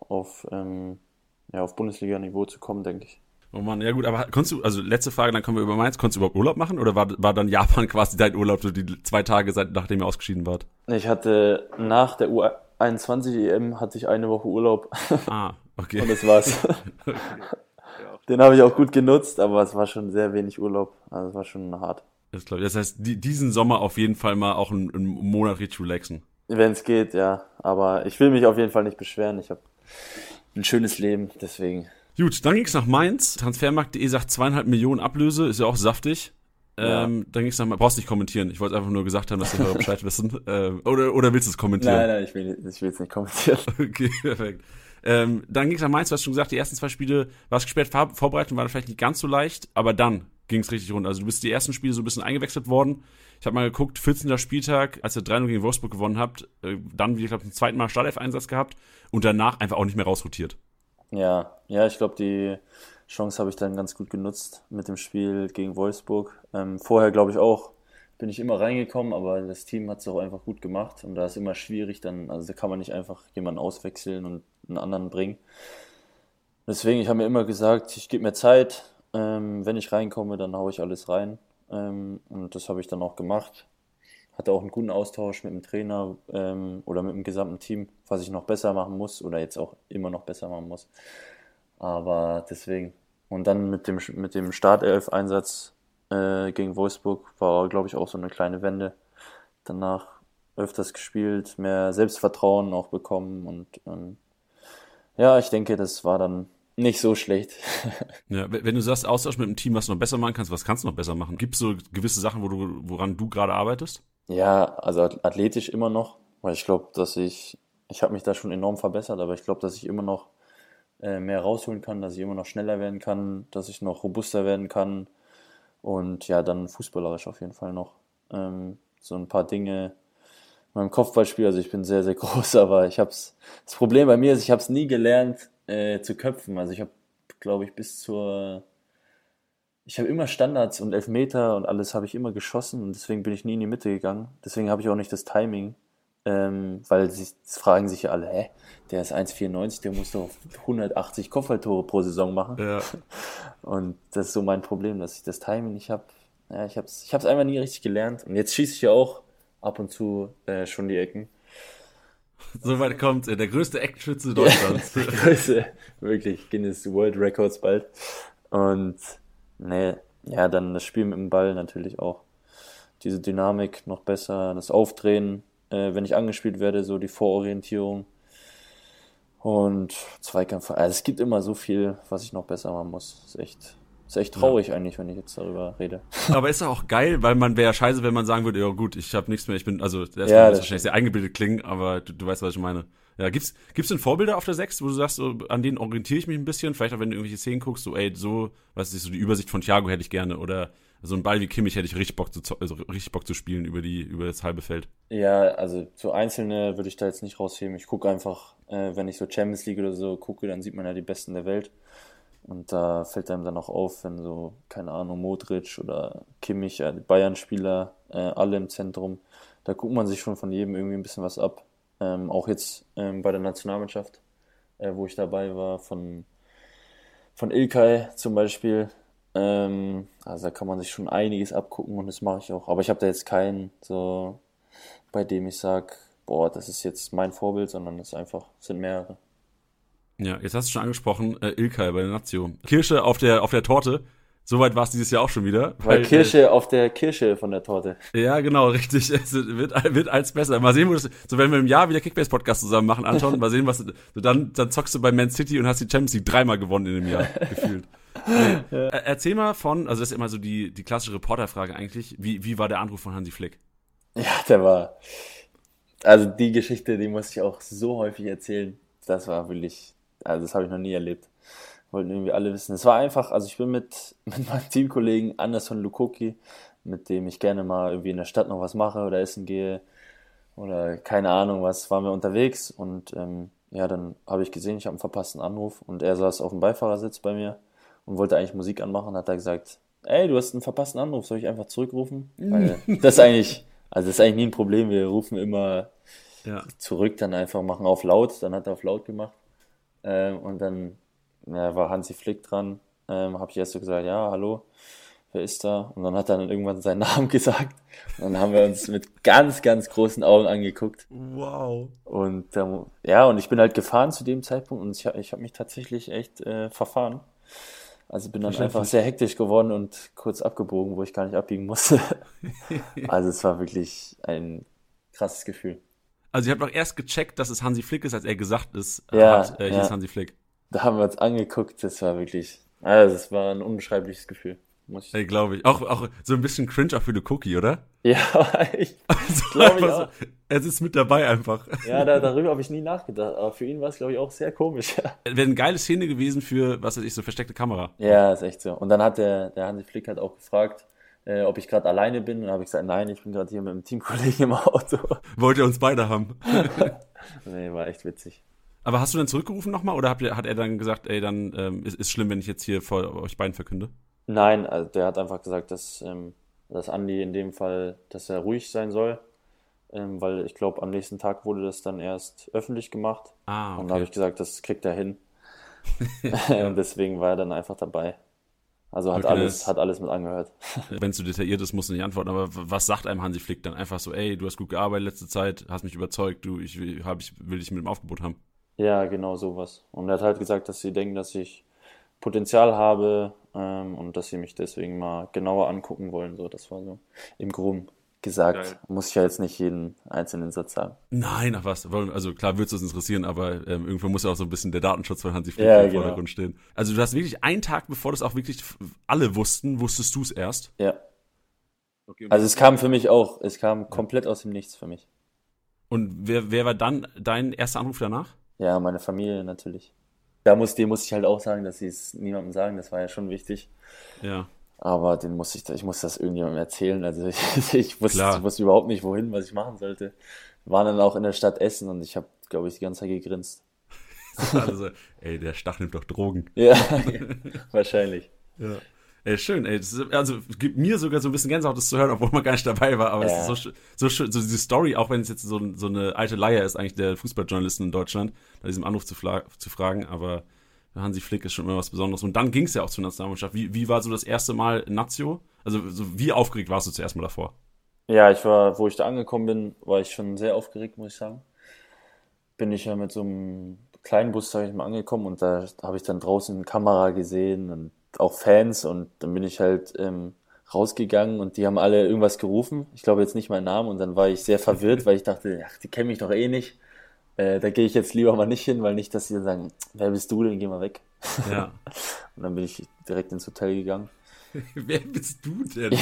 auf Bundesliga-Niveau zu kommen, denke ich. Oh Mann, ja gut, aber also letzte Frage, dann kommen wir über Mainz, konntest du überhaupt Urlaub machen oder war dann Japan quasi dein Urlaub, so die 2 Tage, nachdem ihr ausgeschieden wart? Ich hatte nach der U21 EM hatte ich eine Woche Urlaub. Ah, okay. Und das war's. Okay. Den habe ich auch gut genutzt, aber es war schon sehr wenig Urlaub. Also es war schon hart. Das heißt, diesen Sommer auf jeden Fall mal auch einen Monat richtig relaxen. Wenn es geht, ja. Aber ich will mich auf jeden Fall nicht beschweren. Ich habe ein schönes Leben, deswegen. Gut, dann ging's nach Mainz. Transfermarkt.de sagt 2,5 Millionen Ablöse, ist ja auch saftig. Ja. Dann ging's nach Mainz. Brauchst nicht kommentieren. Ich wollte einfach nur gesagt haben, dass die Hörer Bescheid wissen. Oder willst du es kommentieren? Nein, ich will es nicht kommentieren. Okay, perfekt. Dann ging es nach Mainz, du hast schon gesagt, die ersten 2 Spiele warst gesperrt, Vorbereitung war vielleicht nicht ganz so leicht, aber dann ging es richtig rund. Also du bist die ersten Spiele so ein bisschen eingewechselt worden. Ich habe mal geguckt, 14. Spieltag, als ihr 3-0 gegen Wolfsburg gewonnen habt, dann, wie ich glaube, zum zweiten Mal Startelf-Einsatz gehabt und danach einfach auch nicht mehr rausrotiert. Ja, ich glaube, die Chance habe ich dann ganz gut genutzt mit dem Spiel gegen Wolfsburg. Vorher glaube ich auch, bin ich immer reingekommen, aber das Team hat es auch einfach gut gemacht und da ist immer schwierig dann, also da kann man nicht einfach jemanden auswechseln und einen anderen bringen. Deswegen, ich habe mir immer gesagt, ich gebe mir Zeit, wenn ich reinkomme, dann haue ich alles rein und das habe ich dann auch gemacht. Hatte auch einen guten Austausch mit dem Trainer oder mit dem gesamten Team, was ich noch besser machen muss oder jetzt auch immer noch besser machen muss. Aber deswegen. Und dann mit dem Startelf-Einsatz gegen Wolfsburg war, glaube ich, auch so eine kleine Wende. Danach öfters gespielt, mehr Selbstvertrauen auch bekommen und ja, ich denke, das war dann nicht so schlecht. Ja, wenn du sagst, Austausch mit dem Team, was du noch besser machen kannst, was kannst du noch besser machen? Gibt es so gewisse Sachen, woran du gerade arbeitest? Ja, also athletisch immer noch, weil ich glaube, ich habe mich da schon enorm verbessert, aber ich glaube, dass ich immer noch mehr rausholen kann, dass ich immer noch schneller werden kann, dass ich noch robuster werden kann und ja, dann fußballerisch auf jeden Fall noch so ein paar Dinge. In meinem Kopfballspiel, also ich bin sehr, sehr groß, aber das Problem bei mir ist, ich habe es nie gelernt zu köpfen. Also ich habe, glaube ich, ich habe immer Standards und Elfmeter und alles habe ich immer geschossen und deswegen bin ich nie in die Mitte gegangen. Deswegen habe ich auch nicht das Timing, weil das fragen sich ja alle, der ist 1,94, der muss doch 180 Kopfballtore pro Saison machen. Ja. Und das ist so mein Problem, dass ich das Timing nicht habe. Ja, ich hab's einfach nie richtig gelernt und jetzt schieße ich ja auch ab und zu schon die Ecken. Soweit kommt der größte Eckschütze Deutschlands. Der größte, wirklich, Guinness World Records bald. Und dann das Spiel mit dem Ball natürlich auch. Diese Dynamik noch besser, das Aufdrehen, wenn ich angespielt werde, so die Vororientierung. Und Zweikämpfe. Also es gibt immer so viel, was ich noch besser machen muss. Ist echt traurig eigentlich, wenn ich jetzt darüber rede. Aber ist auch geil, weil man wäre ja scheiße, wenn man sagen würde, ja gut, ich habe nichts mehr, das wird wahrscheinlich sehr eingebildet klingen, aber du weißt, was ich meine. Ja, gibt's denn Vorbilder auf der 6, wo du sagst, so, an denen orientiere ich mich ein bisschen, vielleicht auch wenn du irgendwelche Szenen guckst, so weißt du, so die Übersicht von Thiago hätte ich gerne oder so ein Ball wie Kimmich hätte ich richtig Bock zu spielen über das halbe Feld. Ja, also so einzelne würde ich da jetzt nicht rausheben. Ich gucke einfach, wenn ich so Champions League oder so gucke, dann sieht man ja die Besten der Welt. Und da fällt einem dann auch auf, wenn so, keine Ahnung, Modric oder Kimmich, die Bayern-Spieler, alle im Zentrum, da guckt man sich schon von jedem irgendwie ein bisschen was ab. Auch jetzt bei der Nationalmannschaft, wo ich dabei war, von Ilkay zum Beispiel. Also da kann man sich schon einiges abgucken und das mache ich auch. Aber ich habe da jetzt keinen, so, bei dem ich sage, boah, das ist jetzt mein Vorbild, sondern es sind mehrere. Ja, jetzt hast du schon angesprochen, Ilkay bei der Lazio. Kirsche auf der Torte. Soweit war es dieses Jahr auch schon wieder. Weil Kirsche auf der Kirsche von der Torte. Ja, genau, richtig. Es wird als besser. Mal sehen, so wenn wir im Jahr wieder Kickbase-Podcast zusammen machen, Anton, mal sehen, dann zockst du bei Man City und hast die Champions League 3-mal gewonnen in dem Jahr, gefühlt. Ja. Erzähl mal also das ist immer so die klassische Reporterfrage eigentlich, wie war der Anruf von Hansi Flick? Ja, also die Geschichte, die muss ich auch so häufig erzählen. Das war wirklich, also das habe ich noch nie erlebt. Wollten irgendwie alle wissen. Es war einfach, also ich bin mit meinem Teamkollegen Anderson Lukoki, mit dem ich gerne mal irgendwie in der Stadt noch was mache oder essen gehe oder keine Ahnung was, waren wir unterwegs und dann habe ich gesehen, ich habe einen verpassten Anruf und er saß auf dem Beifahrersitz bei mir und wollte eigentlich Musik anmachen, hat er gesagt, ey, du hast einen verpassten Anruf, soll ich einfach zurückrufen? Weil das ist eigentlich nie ein Problem, wir rufen immer zurück, dann einfach machen auf laut, dann hat er auf laut gemacht und dann war Hansi Flick dran, habe ich erst so gesagt, ja, hallo, wer ist da? Und dann hat er dann irgendwann seinen Namen gesagt. Und dann haben wir uns mit ganz, ganz großen Augen angeguckt. Wow. Und und ich bin halt gefahren zu dem Zeitpunkt und ich habe mich tatsächlich echt verfahren. Also bin dann einfach sehr hektisch geworden und kurz abgebogen, wo ich gar nicht abbiegen musste. Also es war wirklich ein krasses Gefühl. Also ihr habt doch erst gecheckt, dass es Hansi Flick ist, als er gesagt ist, hier ist Hansi Flick. Da haben wir uns angeguckt, das war wirklich, also es war ein unbeschreibliches Gefühl. Glaube ich. Auch so ein bisschen cringe auch für den Cookie, oder? Ja, ich glaube ich auch. So, er sitzt mit dabei einfach. Ja, darüber habe ich nie nachgedacht, aber für ihn war es, glaube ich, auch sehr komisch. Wäre eine geile Szene gewesen für, was weiß ich, so versteckte Kamera. Ja, ist echt so. Und dann hat der Hansi Flick halt auch gefragt, ob ich gerade alleine bin. Und dann habe ich gesagt, nein, ich bin gerade hier mit einem Teamkollegen im Auto. Wollt ihr uns beide haben? Nee, war echt witzig. Aber hast du dann zurückgerufen nochmal oder hat er dann gesagt, ey, dann ist schlimm, wenn ich jetzt hier vor euch beiden verkünde? Nein, also der hat einfach gesagt, dass Andi in dem Fall, dass er ruhig sein soll, weil ich glaube, am nächsten Tag wurde das dann erst öffentlich gemacht. Okay. Und da habe ich gesagt, das kriegt er hin. Und deswegen war er dann einfach dabei. Also hat alles mit angehört. Wenn es so detailliert ist, musst du nicht antworten, aber was sagt einem Hansi Flick dann? Einfach so, ey, du hast gut gearbeitet letzte Zeit, hast mich überzeugt, ich will dich mit dem Aufgebot haben. Ja, genau sowas. Und er hat halt gesagt, dass sie denken, dass ich Potenzial habe und dass sie mich deswegen mal genauer angucken wollen. So, das war so im Groben gesagt. Geil. Muss ich ja jetzt nicht jeden einzelnen Satz sagen. Nein, ach was. Also klar würde es uns interessieren, aber irgendwo muss ja auch so ein bisschen der Datenschutz von Hansi Flick im Vordergrund stehen. Also du hast wirklich einen Tag, bevor das auch wirklich alle wusstest du es erst? Ja. Okay, also es kam komplett aus dem Nichts für mich. Und wer war dann dein erster Anruf danach? Ja, meine Familie natürlich. Dem musste ich halt auch sagen, dass sie es niemandem sagen, das war ja schon wichtig. Ja. Aber ich musste das irgendjemandem erzählen. Also ich wusste überhaupt nicht, wohin, was ich machen sollte. Wir waren dann auch in der Stadt Essen und ich habe, glaube ich, die ganze Zeit gegrinst. Also, ey, der Stach nimmt doch Drogen. Ja, wahrscheinlich. Ja. Ey, schön, ey. Es gibt mir sogar so ein bisschen Gänsehaut, das zu hören, obwohl man gar nicht dabei war. Aber es ist so schön, so diese Story, auch wenn es jetzt so eine alte Leier ist, eigentlich der Fußballjournalisten in Deutschland, bei diesem Anruf zu fragen. Aber Hansi Flick ist schon immer was Besonderes. Und dann ging es ja auch zur Nationalmannschaft. Wie war so das erste Mal Nazio? Also, wie aufgeregt warst du zuerst mal davor? Ja, wo ich da angekommen bin, war ich schon sehr aufgeregt, muss ich sagen. Bin ich ja mit so einem kleinen Bus, sag ich mal, angekommen und da habe ich dann draußen eine Kamera gesehen und auch Fans und dann bin ich halt rausgegangen und die haben alle irgendwas gerufen. Ich glaube jetzt nicht meinen Namen und dann war ich sehr verwirrt, weil ich dachte, ach, die kennen mich doch eh nicht. Da gehe ich jetzt lieber mal nicht hin, weil nicht, dass sie dann sagen, wer bist du denn, geh mal weg. Ja. Und dann bin ich direkt ins Hotel gegangen. Wer bist du denn?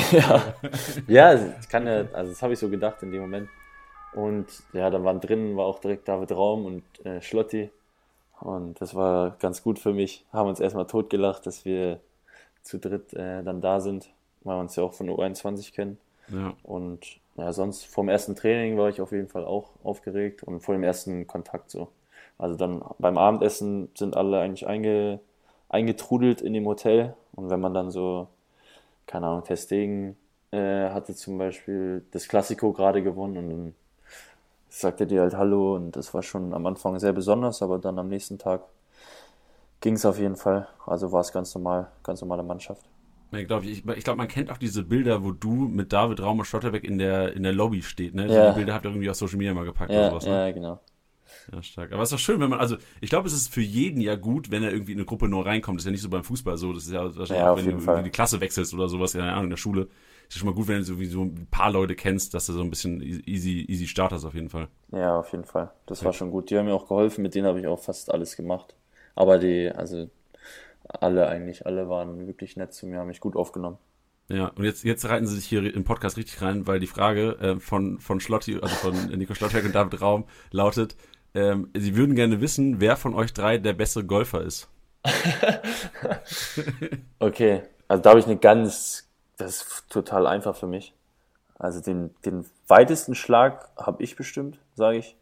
Ja, das habe ich so gedacht in dem Moment. Und ja, dann war auch direkt David Raum und Schlotti. Und das war ganz gut für mich. Haben uns erstmal totgelacht, dass wir zu dritt dann da sind, weil wir uns ja auch von der U21 kennen. Ja. Und ja, sonst vom ersten Training war ich auf jeden Fall auch aufgeregt und vor dem ersten Kontakt so. Also dann beim Abendessen sind alle eigentlich eingetrudelt in dem Hotel. Und wenn man dann so, keine Ahnung, Ter Stegen hatte zum Beispiel das Classico gerade gewonnen und dann sagte die halt Hallo und das war schon am Anfang sehr besonders, aber dann am nächsten Tag ging es auf jeden Fall. Also war es ganz normale Mannschaft. Ich glaube, man kennt auch diese Bilder, wo du mit David Raum und Schlotterbeck in der Lobby steht, ne? Ja. Die Bilder habt ihr irgendwie auf Social Media mal gepackt oder Ja, sowas, ne? ja, genau. Ja, stark. Aber es ist doch schön, wenn man, also ich glaube, es ist für jeden ja gut, wenn er irgendwie in eine Gruppe neu reinkommt. Das ist ja nicht so beim Fußball so. Das ist ja wahrscheinlich Ja, auch, auf wenn du jeden Fall. irgendwie die Klasse wechselst oder sowas, keine Ahnung, in der Schule. Ist ja schon mal gut, wenn du so ein paar Leute kennst, dass du so ein bisschen easy Start hast auf jeden Fall. Ja, auf jeden Fall. Das war schon gut. Die haben mir auch geholfen, mit denen habe ich auch fast alles gemacht. Aber also alle waren wirklich nett zu mir, haben mich gut aufgenommen. Ja, und jetzt reiten sie sich hier im Podcast richtig rein, weil die Frage von Schlotti, also von Nico Schlotterbeck und David Raum lautet, sie würden gerne wissen, wer von euch drei der bessere Golfer ist. Okay, also da habe ich das ist total einfach für mich. Also den weitesten Schlag habe ich bestimmt, sage ich.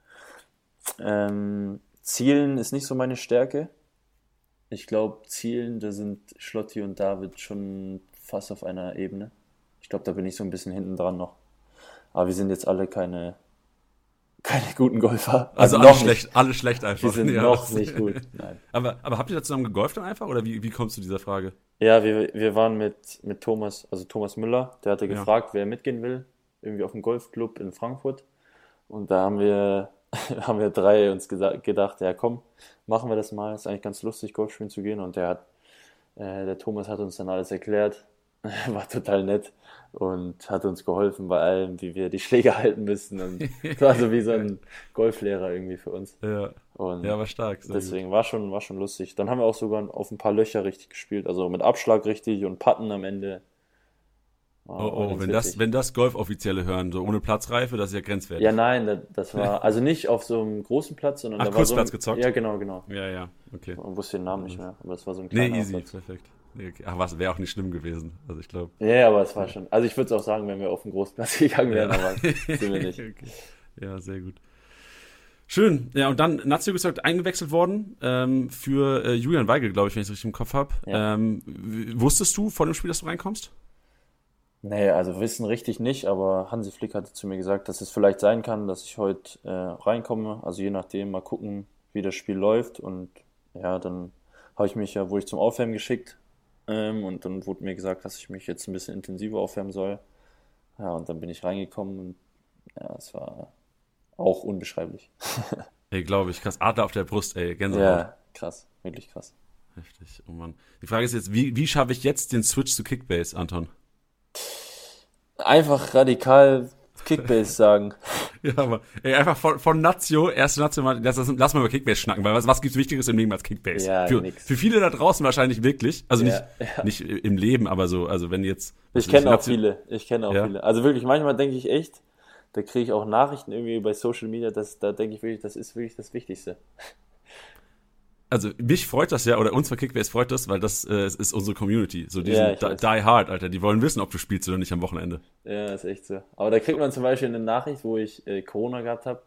Zielen ist nicht so meine Stärke. Ich glaube, Zielen, da sind Schlotti und David schon fast auf einer Ebene. Ich glaube, da bin ich so ein bisschen hinten dran noch. Aber wir sind jetzt alle keine guten Golfer. Also noch alle schlecht einfach. Wir sind Ja, noch nicht gut. Nein. Aber habt ihr da zusammen gegolft dann einfach? Oder wie kommst du zu dieser Frage? Ja, wir waren mit Thomas, also Thomas Müller, der hatte Ja. gefragt, wer mitgehen will, irgendwie auf dem Golfclub in Frankfurt. Und da haben wir drei uns gedacht, ja komm, machen wir das mal. Ist eigentlich ganz lustig, Golf spielen zu gehen. Und der Thomas hat uns dann alles erklärt, war total nett und hat uns geholfen bei allem, wie wir die Schläge halten müssen. Und war so wie so ein Golflehrer irgendwie für uns. Ja, Und ja, war stark. Sehr deswegen war schon lustig. Dann haben wir auch sogar auf ein paar Löcher richtig gespielt, also mit Abschlag richtig und Putten am Ende. gut. War Oh, ganz witzig. wenn das Golfoffizielle hören, so ohne Platzreife, das ist ja grenzwertig. Ja, nein, das war also nicht auf so einem großen Platz, sondern Ach, da war so Kurzplatz gezockt? Ja, genau. Ja, okay. Ich wusste den Namen nicht mehr, aber das war so ein Nee, kleiner easy, Platz. perfekt. Nee, okay. Ach was, wäre auch nicht schlimm gewesen. Also ich glaube. Ja, aber es war schon. Also ich würde es auch sagen, wenn wir auf den großen Platz gegangen wären, aber sind wir nicht. Okay. Ja, sehr gut. Schön. Ja, und dann Nazio gesagt eingewechselt worden für Julian Weigel, glaube ich, wenn ich es richtig im Kopf habe. Ja. Wusstest du vor dem Spiel, dass du reinkommst? Nee, also wissen richtig nicht, aber Hansi Flick hatte zu mir gesagt, dass es vielleicht sein kann, dass ich heute reinkomme. Also je nachdem, mal gucken, wie das Spiel läuft. Und ja, dann wurde ich zum Aufwärmen geschickt. Und dann wurde mir gesagt, dass ich mich jetzt ein bisschen intensiver aufwärmen soll. Ja, und dann bin ich reingekommen und ja, es war auch unbeschreiblich. Ey, glaube ich, krass. Adler auf der Brust, ey, Gänsehaut. Ja, krass, wirklich krass. Heftig, oh Mann. Die Frage ist jetzt, wie schaffe ich jetzt den Switch zu Kickbase, Anton? Einfach radikal Kickbase sagen. Ja, aber ey, einfach von Nazio, erste Nazio, lass mal über Kickbase schnacken, weil was gibt's Wichtigeres im Leben als Kickbase? Ja, nix. Für viele da draußen wahrscheinlich wirklich, also Ja, nicht im Leben, aber so, also wenn jetzt... Ich kenne auch Nazio- viele. Ja. Also wirklich, manchmal denke ich echt, da kriege ich auch Nachrichten irgendwie bei Social Media, da denke ich wirklich, das ist wirklich das Wichtigste. Also mich freut das ja, oder uns bei Kickbase freut das, weil das ist unsere Community. So die Ja, sind ich weiß. die hard, Alter. Die wollen wissen, ob du spielst oder nicht am Wochenende. Ja, ist echt so. Aber da kriegt man zum Beispiel eine Nachricht, wo ich Corona gehabt habe.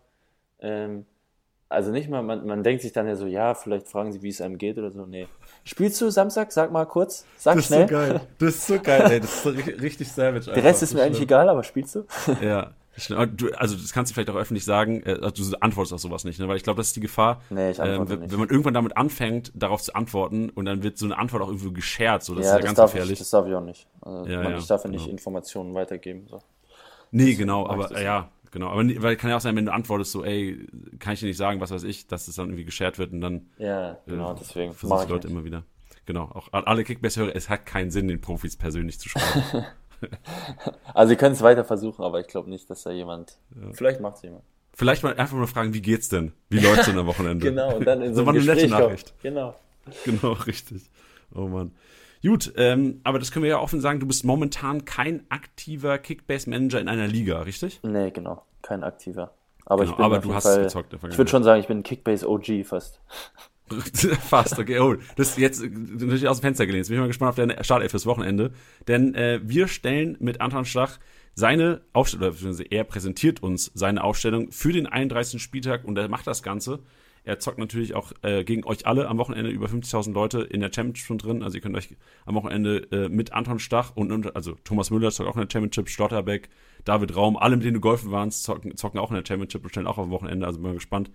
Also nicht mal, man denkt sich dann ja so, ja, vielleicht fragen sie, wie es einem geht oder so. Nee. Spielst du Samstag? Sag mal kurz. Sag schnell. Das ist so geil, ey. Das ist so richtig savage. Der Rest ist mir eigentlich egal, aber spielst du? Ja. Aber also das kannst du vielleicht auch öffentlich sagen, also du antwortest auf sowas nicht, ne? Weil ich glaube, das ist die Gefahr, Nee, ich antworte nicht. wenn man irgendwann damit anfängt, darauf zu antworten und dann wird so eine Antwort auch irgendwo geshared, so, das Ja, ist ja das ganz darf gefährlich. das darf ich auch nicht. Also Ja, ich darf ja nicht genau. Informationen weitergeben. So. Nee, genau, mag ich aber das ja, genau. Aber weil kann ja auch sein, wenn du antwortest so, ey, kann ich dir nicht sagen, was weiß ich, dass es dann irgendwie geshared wird und dann Ja, genau, deswegen versuchen mache die ich Leute nicht. immer wieder. Genau, auch alle Kickbase-Hörer, es hat keinen Sinn, den Profis persönlich zu schreiben. Also ihr könnt es weiter versuchen, aber ich glaube nicht, dass da jemand. Vielleicht macht es jemand. Vielleicht mal einfach nur fragen, wie geht's denn? Wie läuft's denn am Wochenende? Genau, und dann in so So war einem eine nette Gespräch kommen. Nachricht. Genau. Genau, richtig. Oh Mann. Gut, aber das können wir ja offen sagen, du bist momentan kein aktiver Kickbase-Manager in einer Liga, richtig? Nee, genau. Kein aktiver. Aber Genau, ich bin aber auf du jeden hast Fall, gezockt in der ich würde schon sagen, ich bin Kickbase OG fast. Fast, okay. Oh, das ist jetzt natürlich aus dem Fenster gelehnt. Jetzt bin ich mal gespannt auf deine Startelf fürs Wochenende. Denn wir stellen mit Anton Stach seine Aufstellung, oder beziehungsweise er präsentiert uns seine Aufstellung für den 31. Spieltag und er macht das Ganze. Er zockt natürlich auch gegen euch alle am Wochenende, über 50.000 Leute in der Championship schon drin. Also ihr könnt euch am Wochenende mit Anton Stach also Thomas Müller zockt auch in der Championship, Schlotterbeck, David Raum, alle, mit denen du golfen warst, zocken auch in der Championship und stellen auch am Wochenende. Also bin mal gespannt,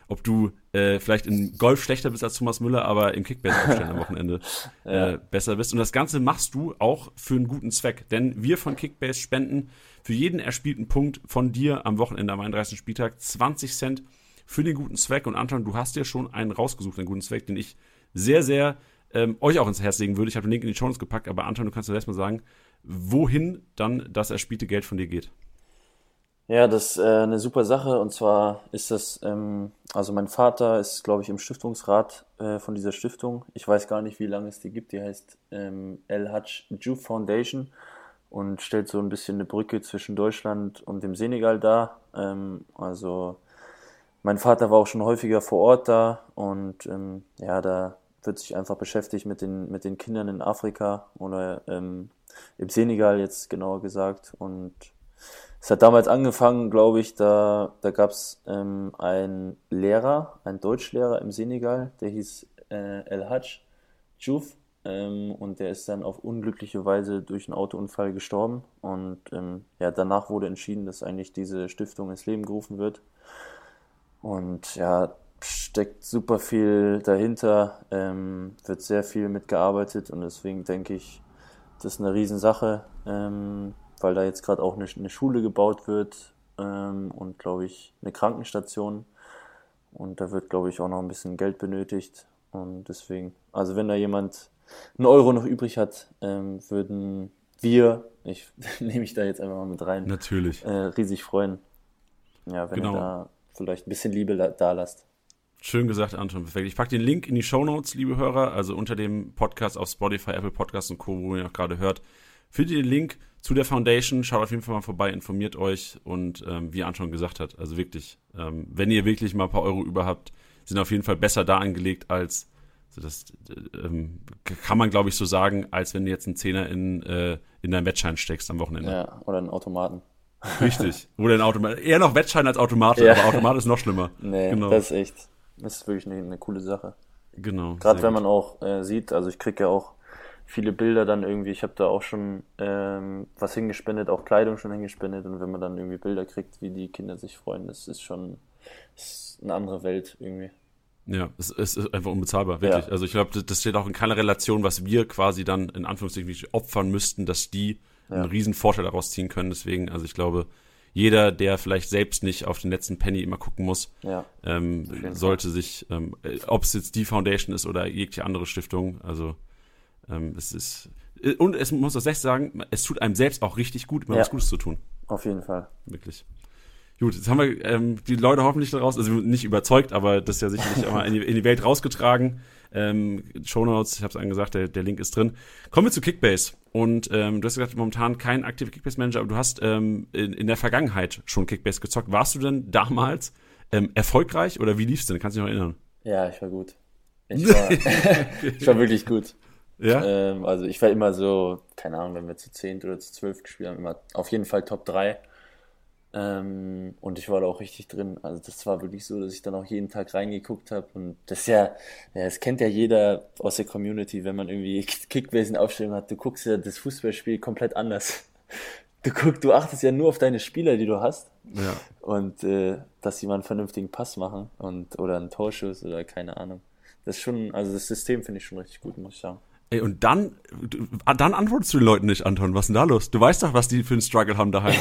ob du vielleicht in Golf schlechter bist als Thomas Müller, aber im Kickbase aufstellen am Wochenende besser bist. Und das Ganze machst du auch für einen guten Zweck. Denn wir von Kickbase spenden für jeden erspielten Punkt von dir am Wochenende, am 31. Spieltag, 20 Cent für den guten Zweck. Und Anton, du hast dir schon einen rausgesucht, einen guten Zweck, den ich sehr, sehr euch auch ins Herz legen würde. Ich habe den Link in die Shownotes gepackt, aber Anton, du kannst mir erstmal sagen, wohin dann das erspielte Geld von dir geht. Ja, das ist eine super Sache, und zwar ist das, also mein Vater ist, glaube ich, im Stiftungsrat von dieser Stiftung. Ich weiß gar nicht, wie lange es die gibt. Die heißt El Hadj Diouf Foundation und stellt so ein bisschen eine Brücke zwischen Deutschland und dem Senegal dar. Also mein Vater war auch schon häufiger vor Ort da, und ja, da wird sich einfach beschäftigt mit den Kindern in Afrika oder im Senegal jetzt genauer gesagt. Und es hat damals angefangen, glaube ich, da gab es einen Lehrer, einen Deutschlehrer im Senegal, der hieß El Hadj Diouf, und der ist dann auf unglückliche Weise durch einen Autounfall gestorben. Und ja, danach wurde entschieden, dass eigentlich diese Stiftung ins Leben gerufen wird. Und ja, steckt super viel dahinter, wird sehr viel mitgearbeitet, und deswegen denke ich, das ist eine Riesensache, weil da jetzt gerade auch eine Schule gebaut wird und, glaube ich, eine Krankenstation, und da wird, glaube ich, auch noch ein bisschen Geld benötigt, und deswegen, also wenn da jemand einen Euro noch übrig hat, würden wir, ich nehme mich da jetzt einfach mal mit rein, natürlich riesig freuen, ja, wenn ihr da vielleicht ein bisschen Liebe da lasst. Schön gesagt, Anton. Perfekt. Ich packe den Link in die Shownotes, liebe Hörer, also unter dem Podcast auf Spotify, Apple Podcasts und Co., wo ihr auch gerade hört. Findet ihr den Link zu der Foundation, schaut auf jeden Fall mal vorbei, informiert euch, und wie Anton gesagt hat, also wirklich, wenn ihr wirklich mal ein paar Euro über habt, sind auf jeden Fall besser da angelegt als, also das kann man, glaube ich, so sagen, als wenn du jetzt einen Zehner in deinen Wettschein steckst am Wochenende. Ja, oder einen Automaten. Richtig. Oder ein Automat. Eher noch Wettschein als Automate, ja. Aber Automat ist noch schlimmer. Nee, genau. Das ist wirklich eine coole Sache. Genau. Gerade wenn man auch sieht, also ich kriege ja auch viele Bilder dann irgendwie, ich habe da auch schon was hingespendet, auch Kleidung schon hingespendet, und wenn man dann irgendwie Bilder kriegt, wie die Kinder sich freuen, das ist eine andere Welt irgendwie. Ja, es ist einfach unbezahlbar, wirklich. Ja. Also ich glaube, das steht auch in keiner Relation, was wir quasi dann in Anführungszeichen opfern müssten, dass die einen riesen Vorteil daraus ziehen können. Deswegen, also ich glaube, jeder, der vielleicht selbst nicht auf den letzten Penny immer gucken muss, sollte sich, ob es jetzt die Foundation ist oder jegliche andere Stiftung, also es ist, und es muss das echt sagen, es tut einem selbst auch richtig gut, immer was Gutes zu tun. Auf jeden Fall. Wirklich. Gut, jetzt haben wir die Leute hoffentlich daraus, also nicht überzeugt, aber das ist ja sicherlich auch mal in die Welt rausgetragen. Shownotes, ich habe es angesagt, der Link ist drin. Kommen wir zu Kickbase. Und du hast gesagt, momentan kein aktiver Kickbase-Manager, aber du hast in der Vergangenheit schon Kickbase gezockt. Warst du denn damals erfolgreich, oder wie lief's denn? Kannst du dich noch erinnern? Ja, ich war gut. Ich war wirklich gut. Ja? Also ich war immer so, keine Ahnung, wenn wir zu 10 oder zu 12 gespielt haben, immer auf jeden Fall Top 3. Und ich war da auch richtig drin. Also das war wirklich so, dass ich dann auch jeden Tag reingeguckt habe. Und das das kennt ja jeder aus der Community, wenn man irgendwie Kickbase in Aufstellung hat. Du guckst ja das Fußballspiel komplett anders. Du achtest ja nur auf deine Spieler, die du hast. Ja. Und dass sie mal einen vernünftigen Pass machen oder einen Torschuss oder keine Ahnung. Das ist schon, also das System finde ich schon richtig gut, muss ich sagen. Ey, und dann antwortest du den Leuten nicht, Anton. Was ist denn da los? Du weißt doch, was die für einen Struggle haben daheim.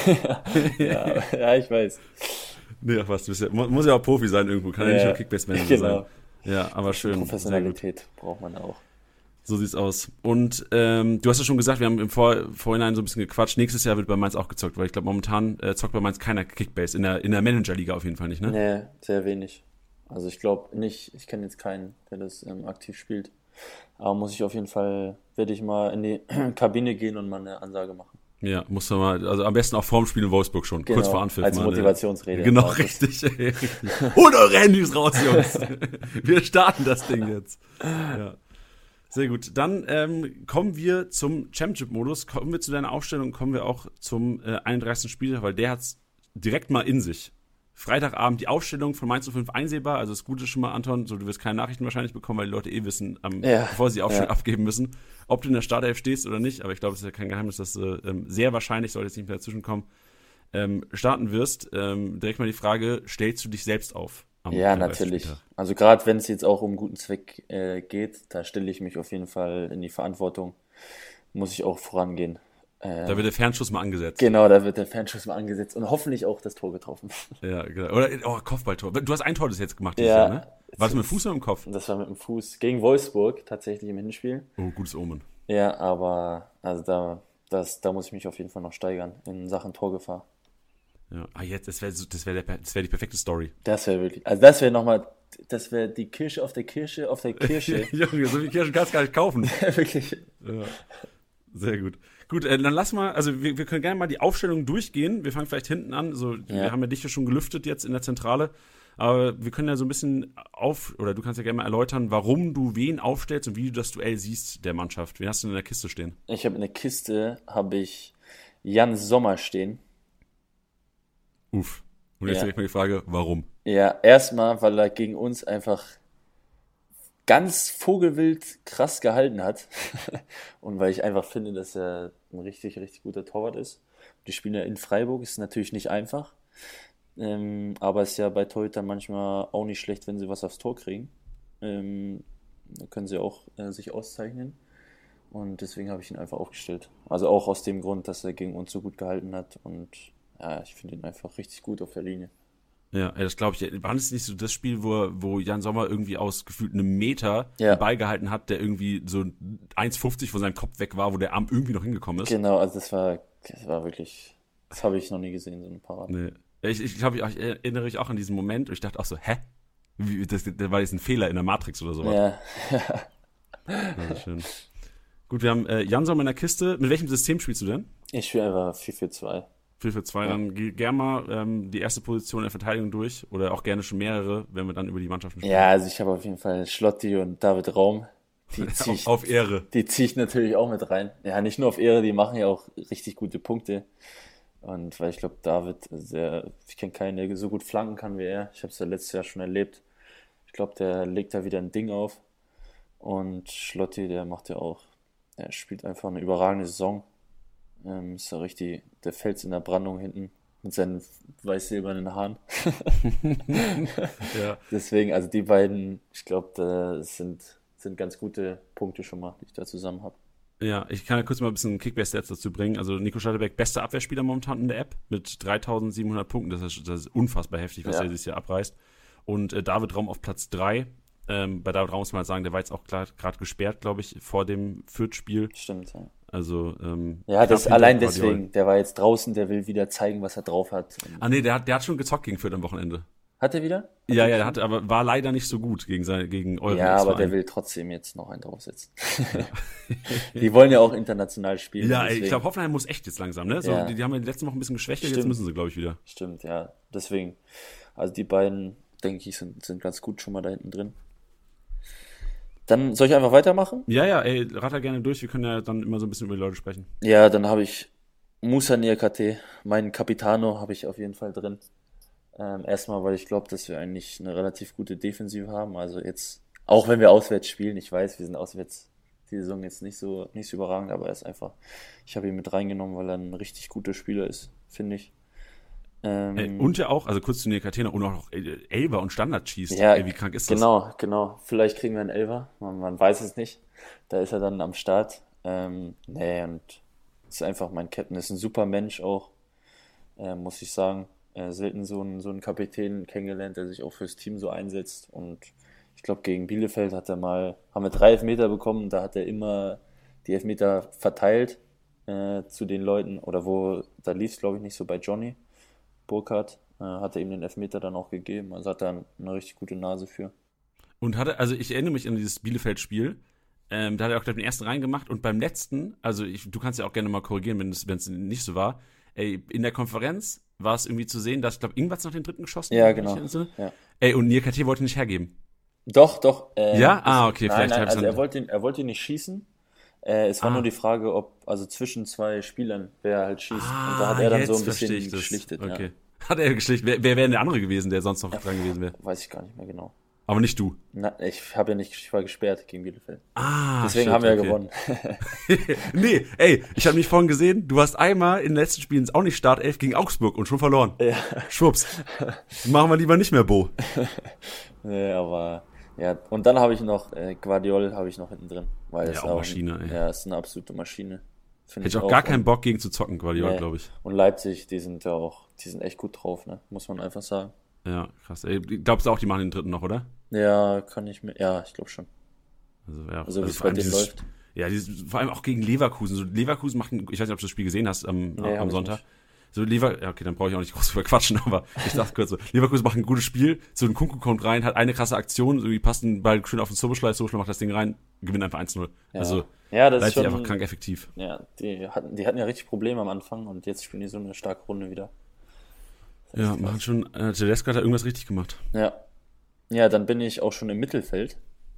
ja, ich weiß. Nee, ach was, muss ja auch Profi sein irgendwo. Kann ja nicht nur Kickbase-Manager sein. Ja, aber schön. Professionalität braucht man auch. So sieht's aus. Und du hast ja schon gesagt, wir haben im Vorhinein so ein bisschen gequatscht. Nächstes Jahr wird bei Mainz auch gezockt, weil ich glaube, momentan zockt bei Mainz keiner Kickbase. In der Manager-Liga auf jeden Fall nicht, ne? Nee, sehr wenig. Also ich glaube nicht, ich kenne jetzt keinen, der das aktiv spielt. Aber werde ich mal in die Kabine gehen und mal eine Ansage machen. Ja, musst du mal, also am besten auch vorm Spiel in Wolfsburg schon, genau, kurz vor Anpfiff. Als Motivationsrede. Genau, richtig. Holt eure Handys raus, Jungs. Wir starten das Ding jetzt. Ja. Sehr gut. Dann kommen wir zum Championship-Modus, kommen wir zu deiner Aufstellung, kommen wir auch zum 31. Spieltag, weil der hat's direkt mal in sich. Freitagabend die Aufstellung von Mainz 05 einsehbar. Also das Gute ist schon mal, Anton, so du wirst keine Nachrichten wahrscheinlich bekommen, weil die Leute wissen, bevor sie die Aufstellung abgeben müssen, ob du in der Startelf stehst oder nicht. Aber ich glaube, es ist ja kein Geheimnis, dass du sehr wahrscheinlich, sollte jetzt nicht mehr dazwischen kommen, starten wirst. Direkt mal die Frage, stellst du dich selbst auf Ja, natürlich. Also gerade wenn es jetzt auch um einen guten Zweck geht, da stelle ich mich auf jeden Fall in die Verantwortung, muss ich auch vorangehen. Da wird der Fernschuss mal angesetzt. Genau, da wird der Fernschuss mal angesetzt und hoffentlich auch das Tor getroffen. Ja, genau. Oder Kopfballtor. Du hast ein Tor das jetzt gemacht dieses Ja, Jahr, ne? War das mit dem Fuß oder mit dem Kopf? Das war mit dem Fuß gegen Wolfsburg tatsächlich im Hinspiel. Oh, gutes Omen. Ja, aber also da muss ich mich auf jeden Fall noch steigern in Sachen Torgefahr. Ja. Jetzt, das wär die perfekte Story. Das wäre wirklich, also das wäre die Kirsche auf der Kirsche auf der Kirsche. Junge, so viel Kirschen kannst du gar nicht kaufen. Wirklich. Ja. Sehr gut. Gut, dann lass mal, also wir können gerne mal die Aufstellung durchgehen. Wir fangen vielleicht hinten an. Wir haben ja dich ja schon gelüftet jetzt in der Zentrale. Aber wir können ja so ein bisschen oder du kannst ja gerne mal erläutern, warum du wen aufstellst und wie du das Duell siehst der Mannschaft. Wen hast du denn in der Kiste stehen? Ich habe in der Kiste, Jan Sommer stehen. Uff. Und jetzt direkt mal die Frage, warum? Ja, erstmal, weil er gegen uns einfach ganz vogelwild krass gehalten hat. Und weil ich einfach finde, dass er ein richtig, richtig guter Torwart ist. Die spielen ja in Freiburg, ist natürlich nicht einfach. Aber es ist ja bei Torhütern manchmal auch nicht schlecht, wenn sie was aufs Tor kriegen. Da können sie auch sich auszeichnen. Und deswegen habe ich ihn einfach aufgestellt. Also auch aus dem Grund, dass er gegen uns so gut gehalten hat. Und ja, ich finde ihn einfach richtig gut auf der Linie. Ja, das glaube ich. War das nicht so das Spiel, wo Jan Sommer irgendwie aus gefühlt einem Meter einen Ball gehalten hat, der irgendwie so 1,50 von seinem Kopf weg war, wo der Arm irgendwie noch hingekommen ist? Genau, also das war wirklich, das habe ich noch nie gesehen, so eine Parade. Nee. Ich glaube, ich erinnere mich auch an diesen Moment und ich dachte auch so, hä? Das war jetzt ein Fehler in der Matrix oder sowas. Ja. Also schön. Gut, wir haben Jan Sommer in der Kiste. Mit welchem System spielst du denn? Ich spiele einfach 4-4-2. 4-4-2, dann geh gerne mal die erste Position in der Verteidigung durch oder auch gerne schon mehrere, wenn wir dann über die Mannschaften sprechen. Ja, also ich habe auf jeden Fall Schlotti und David Raum. Auf Ehre. Die ziehe ich natürlich auch mit rein. Ja, nicht nur auf Ehre, die machen ja auch richtig gute Punkte. Und weil ich glaube, David, ich kenne keinen, der so gut flanken kann wie er. Ich habe es ja letztes Jahr schon erlebt. Ich glaube, der legt da wieder ein Ding auf. Und Schlotti, der spielt einfach eine überragende Saison. Ist ja richtig der Fels in der Brandung hinten mit seinen weiß-silbernen Haaren. Ja. Deswegen, also die beiden, ich glaube, das sind ganz gute Punkte schon mal, die ich da zusammen habe. Ja, ich kann ja kurz mal ein bisschen Kickbase-Stats dazu bringen. Also Nico Schlotterbeck, bester Abwehrspieler momentan in der App mit 3.700 Punkten. Das ist unfassbar heftig, was er dieses Jahr abreißt. Und David Raum auf Platz 3. Bei David Raum muss man halt sagen, der war jetzt auch gerade gesperrt, glaube ich, vor dem Fürth-Spiel. Stimmt, ja. Also, ja, das allein deswegen. Der war jetzt draußen, der will wieder zeigen, was er drauf hat. Der hat schon gezockt gegen Fürth am Wochenende. Hat er wieder? Ja, der hatte, aber war leider nicht so gut gegen eure. Ja, aber der will trotzdem jetzt noch einen draufsetzen. Die wollen ja auch international spielen. Ja, ich glaube, Hoffenheim muss echt jetzt langsam, ne? So, Ja. die haben ja die letzten Wochen ein bisschen geschwächelt, jetzt müssen sie, glaube ich, wieder. Stimmt, ja. Deswegen, also die beiden, denke ich, sind ganz gut schon mal da hinten drin. Dann soll ich einfach weitermachen? Ja, ratter gerne durch, wir können ja dann immer so ein bisschen über die Leute sprechen. Ja, dann habe ich Moussa Niakhaté, meinen Capitano habe ich auf jeden Fall drin. Erstmal, weil ich glaube, dass wir eigentlich eine relativ gute Defensive haben. Also jetzt, auch wenn wir auswärts spielen, ich weiß, wir sind auswärts die Saison jetzt nicht so überragend, aber ich habe ihn mit reingenommen, weil er ein richtig guter Spieler ist, finde ich. Und ja auch, also kurz zu Niakhaté und auch Elfer und Standard schießt. Ja, wie krank ist das? Genau. Vielleicht kriegen wir einen Elfer, man weiß es nicht. Da ist er dann am Start. Und ist einfach mein Captain, ist ein super Mensch auch, muss ich sagen. Selten so einen Kapitän kennengelernt, der sich auch fürs Team so einsetzt. Und ich glaube, gegen Bielefeld haben wir 3 Elfmeter bekommen. Da hat er immer die Elfmeter verteilt zu den Leuten. Oder da lief es, glaube ich, nicht so bei Johnny Burkhardt. Hat er ihm den Elfmeter dann auch gegeben. Also hat er eine richtig gute Nase für. Und also ich erinnere mich an dieses Bielefeld-Spiel. Da hat er auch gleich den ersten reingemacht. Und beim letzten, also du kannst ja auch gerne mal korrigieren, wenn es nicht so war. In der Konferenz war es irgendwie zu sehen, dass, ich glaube, Ingwerts noch den dritten geschossen hat. Ja, genau. Ja. Und Niakhaté wollte nicht hergeben. Doch. Ja? Okay. Nein, also er wollte ihn nicht schießen. Es war nur die Frage, also zwischen 2 Spielern, wer halt schießt. Und da hat er dann so ein bisschen geschlichtet. Okay. Ja. Hat er geschlichtet? Wer wäre denn der andere gewesen, der sonst noch dran gewesen wäre? Weiß ich gar nicht mehr genau. Aber nicht du. Na, ich war gesperrt gegen Bielefeld. shit, Deswegen haben wir ja okay. gewonnen. Nee, ey, ich habe mich vorhin gesehen, du hast einmal in den letzten Spielen auch nicht Startelf gegen Augsburg und schon verloren. Ja. Schwupps. Machen wir lieber nicht mehr, Bo. Nee, aber ja, und dann habe ich noch Guardiol habe ich noch hinten drin, weil Ja, es auch Maschine, ey. Ja, ist eine absolute Maschine. Finde Hätte ich auch gar keinen Bock gegen zu zocken, Guardiola, Nee. glaube ich. Und Leipzig, die sind echt gut drauf, ne? Muss man einfach sagen. Ja, krass. Ey, glaubst du auch, die machen den dritten noch, oder? Ja, ich glaube schon. Also, ja, Also wie es vor bei allem denen läuft. Ja, vor allem auch gegen Leverkusen. So, Leverkusen macht, ich weiß nicht, ob du das Spiel gesehen hast Nee, hab am ich Sonntag. nicht. So ja, okay, dann brauche ich auch nicht groß drüber quatschen, aber ich dachte kurz so, Leverkusen macht ein gutes Spiel, so ein Kunku kommt rein, hat eine krasse Aktion, irgendwie passt den Ball schön auf den Soboschlei macht das Ding rein, gewinnt einfach 1-0. Ja. Also, Ja, das ist Leipzig schon, einfach krank effektiv. ja, die hatten ja richtig Probleme am Anfang und jetzt spielen die so eine starke Runde wieder. Ja, machen schon, Tedesco hat da irgendwas richtig gemacht. Ja. Ja, dann bin ich auch schon im Mittelfeld.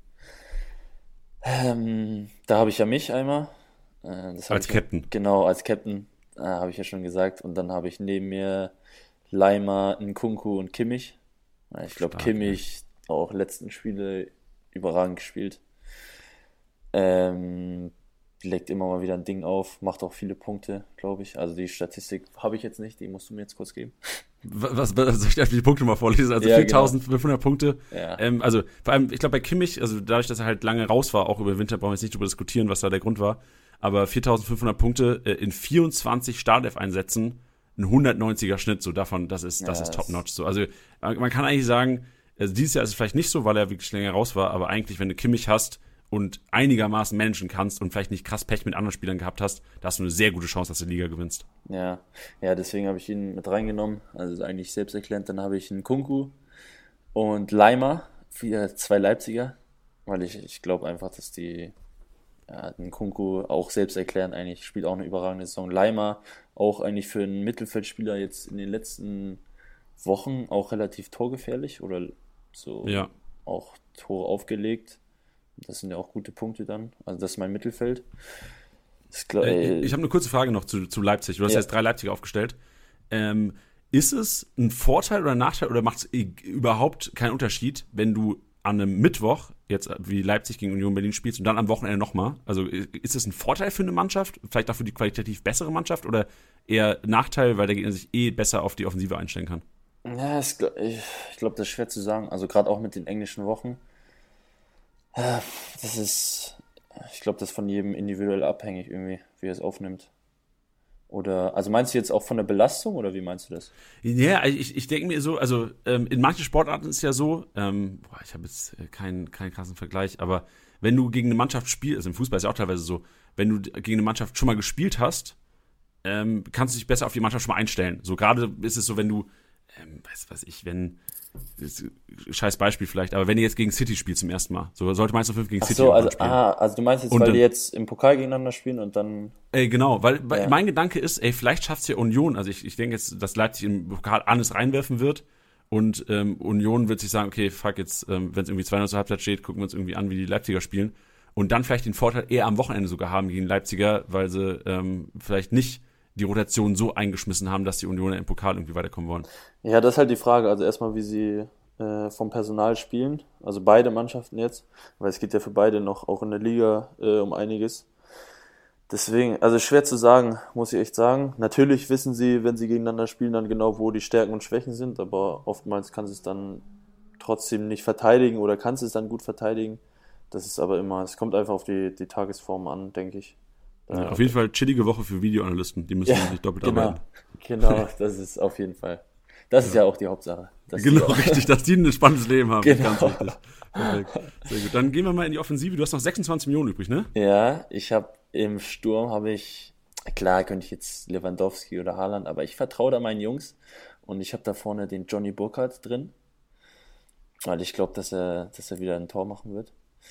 Da habe ich ja mich einmal. Das hab Als ich Captain. Genau, als Captain, habe ich ja schon gesagt. Und dann habe ich neben mir Leimer, Nkunku und Kimmich. Ja, ich glaube, Stark, Kimmich auch letzten Spiele überragend gespielt. Legt immer mal wieder ein Ding auf, macht auch viele Punkte, glaube ich. Also die Statistik habe ich jetzt nicht, die musst du mir jetzt kurz geben. Was soll ich einfach die Punkte mal vorlesen? Also Ja, 4.500 Punkte. Ja. Also vor allem, ich glaube bei Kimmich, also dadurch, dass er halt lange raus war, auch über den Winter, brauchen wir jetzt nicht drüber diskutieren, was da der Grund war. Aber 4.500 Punkte in 24 Startelf-Einsätzen, ein 190er Schnitt, so davon, das ist top-notch. So. Also man kann eigentlich sagen, also dieses Jahr ist es vielleicht nicht so, weil er wirklich länger raus war, aber eigentlich, wenn du Kimmich hast und einigermaßen managen kannst und vielleicht nicht krass Pech mit anderen Spielern gehabt hast, da hast du eine sehr gute Chance, dass du die Liga gewinnst. Ja, deswegen habe ich ihn mit reingenommen. Also eigentlich selbsterklärend. Dann habe ich einen Kunku und Leimer, zwei Leipziger, weil ich glaube einfach, dass ein Kunku auch selbsterklärend eigentlich spielt auch eine überragende Saison. Leimer auch eigentlich für einen Mittelfeldspieler jetzt in den letzten Wochen auch relativ torgefährlich oder so Ja. auch Tore aufgelegt. Das sind ja auch gute Punkte dann. Also das ist mein Mittelfeld. Ich habe eine kurze Frage noch zu Leipzig. Du hast jetzt 3 Leipziger aufgestellt. Ist es ein Vorteil oder ein Nachteil oder macht es überhaupt keinen Unterschied, wenn du an einem Mittwoch, jetzt wie Leipzig gegen Union Berlin spielst und dann am Wochenende nochmal? Also ist es ein Vorteil für eine Mannschaft, vielleicht auch für die qualitativ bessere Mannschaft oder eher Nachteil, weil der Gegner sich besser auf die Offensive einstellen kann? Ja, ich glaube, das ist schwer zu sagen. Also gerade auch mit den englischen Wochen. Ich glaube, das ist von jedem individuell abhängig irgendwie, wie er es aufnimmt. Oder, also meinst du jetzt auch von der Belastung oder wie meinst du das? Ja, ich denke mir so, also in manchen Sportarten ist es ja so, ich habe jetzt keinen krassen Vergleich, aber wenn du gegen eine Mannschaft spielst, also im Fußball ist ja auch teilweise so, wenn du gegen eine Mannschaft schon mal gespielt hast, kannst du dich besser auf die Mannschaft schon mal einstellen. So gerade ist es so, wenn du, scheiß Beispiel vielleicht, aber wenn ihr jetzt gegen City spielt zum ersten Mal, so sollte Meister 5 gegen Ach City so, irgendwann spielen. also du meinst jetzt, Und weil dann- die jetzt im Pokal gegeneinander spielen und dann... Genau, weil Ja. mein Gedanke ist, vielleicht schafft es ja Union, also ich denke jetzt, dass Leipzig im Pokal alles reinwerfen wird und Union wird sich sagen, okay, fuck, jetzt, wenn es irgendwie 2-0 zur Halbzeit steht, gucken wir uns irgendwie an, wie die Leipziger spielen und dann vielleicht den Vorteil eher am Wochenende sogar haben gegen Leipziger, weil sie vielleicht nicht die Rotation so eingeschmissen haben, dass die Unioner im Pokal irgendwie weiterkommen wollen. Ja, das ist halt die Frage. Also erstmal, wie sie vom Personal spielen. Also beide Mannschaften jetzt. Weil es geht ja für beide noch auch in der Liga um einiges. Deswegen, also schwer zu sagen, muss ich echt sagen. Natürlich wissen sie, wenn sie gegeneinander spielen, dann genau, wo die Stärken und Schwächen sind. Aber oftmals kann sie es dann trotzdem nicht verteidigen oder kann sie es dann gut verteidigen. Das ist aber immer, es kommt einfach auf die Tagesform an, denke ich. Ja, auf jeden Fall chillige Woche für Videoanalysten, die müssen nicht doppelt arbeiten. Genau, das ist auf jeden Fall. Das ist ja auch die Hauptsache. Genau, richtig, dass die ein spannendes Leben haben. Genau. Ganz wichtig. Perfekt. Sehr gut. Dann gehen wir mal in die Offensive. Du hast noch 26 Millionen übrig, ne? Ja, im Sturm klar könnte ich jetzt Lewandowski oder Haaland, aber ich vertraue da meinen Jungs und ich habe da vorne den Johnny Burkhardt drin, weil ich glaube, dass er wieder ein Tor machen wird,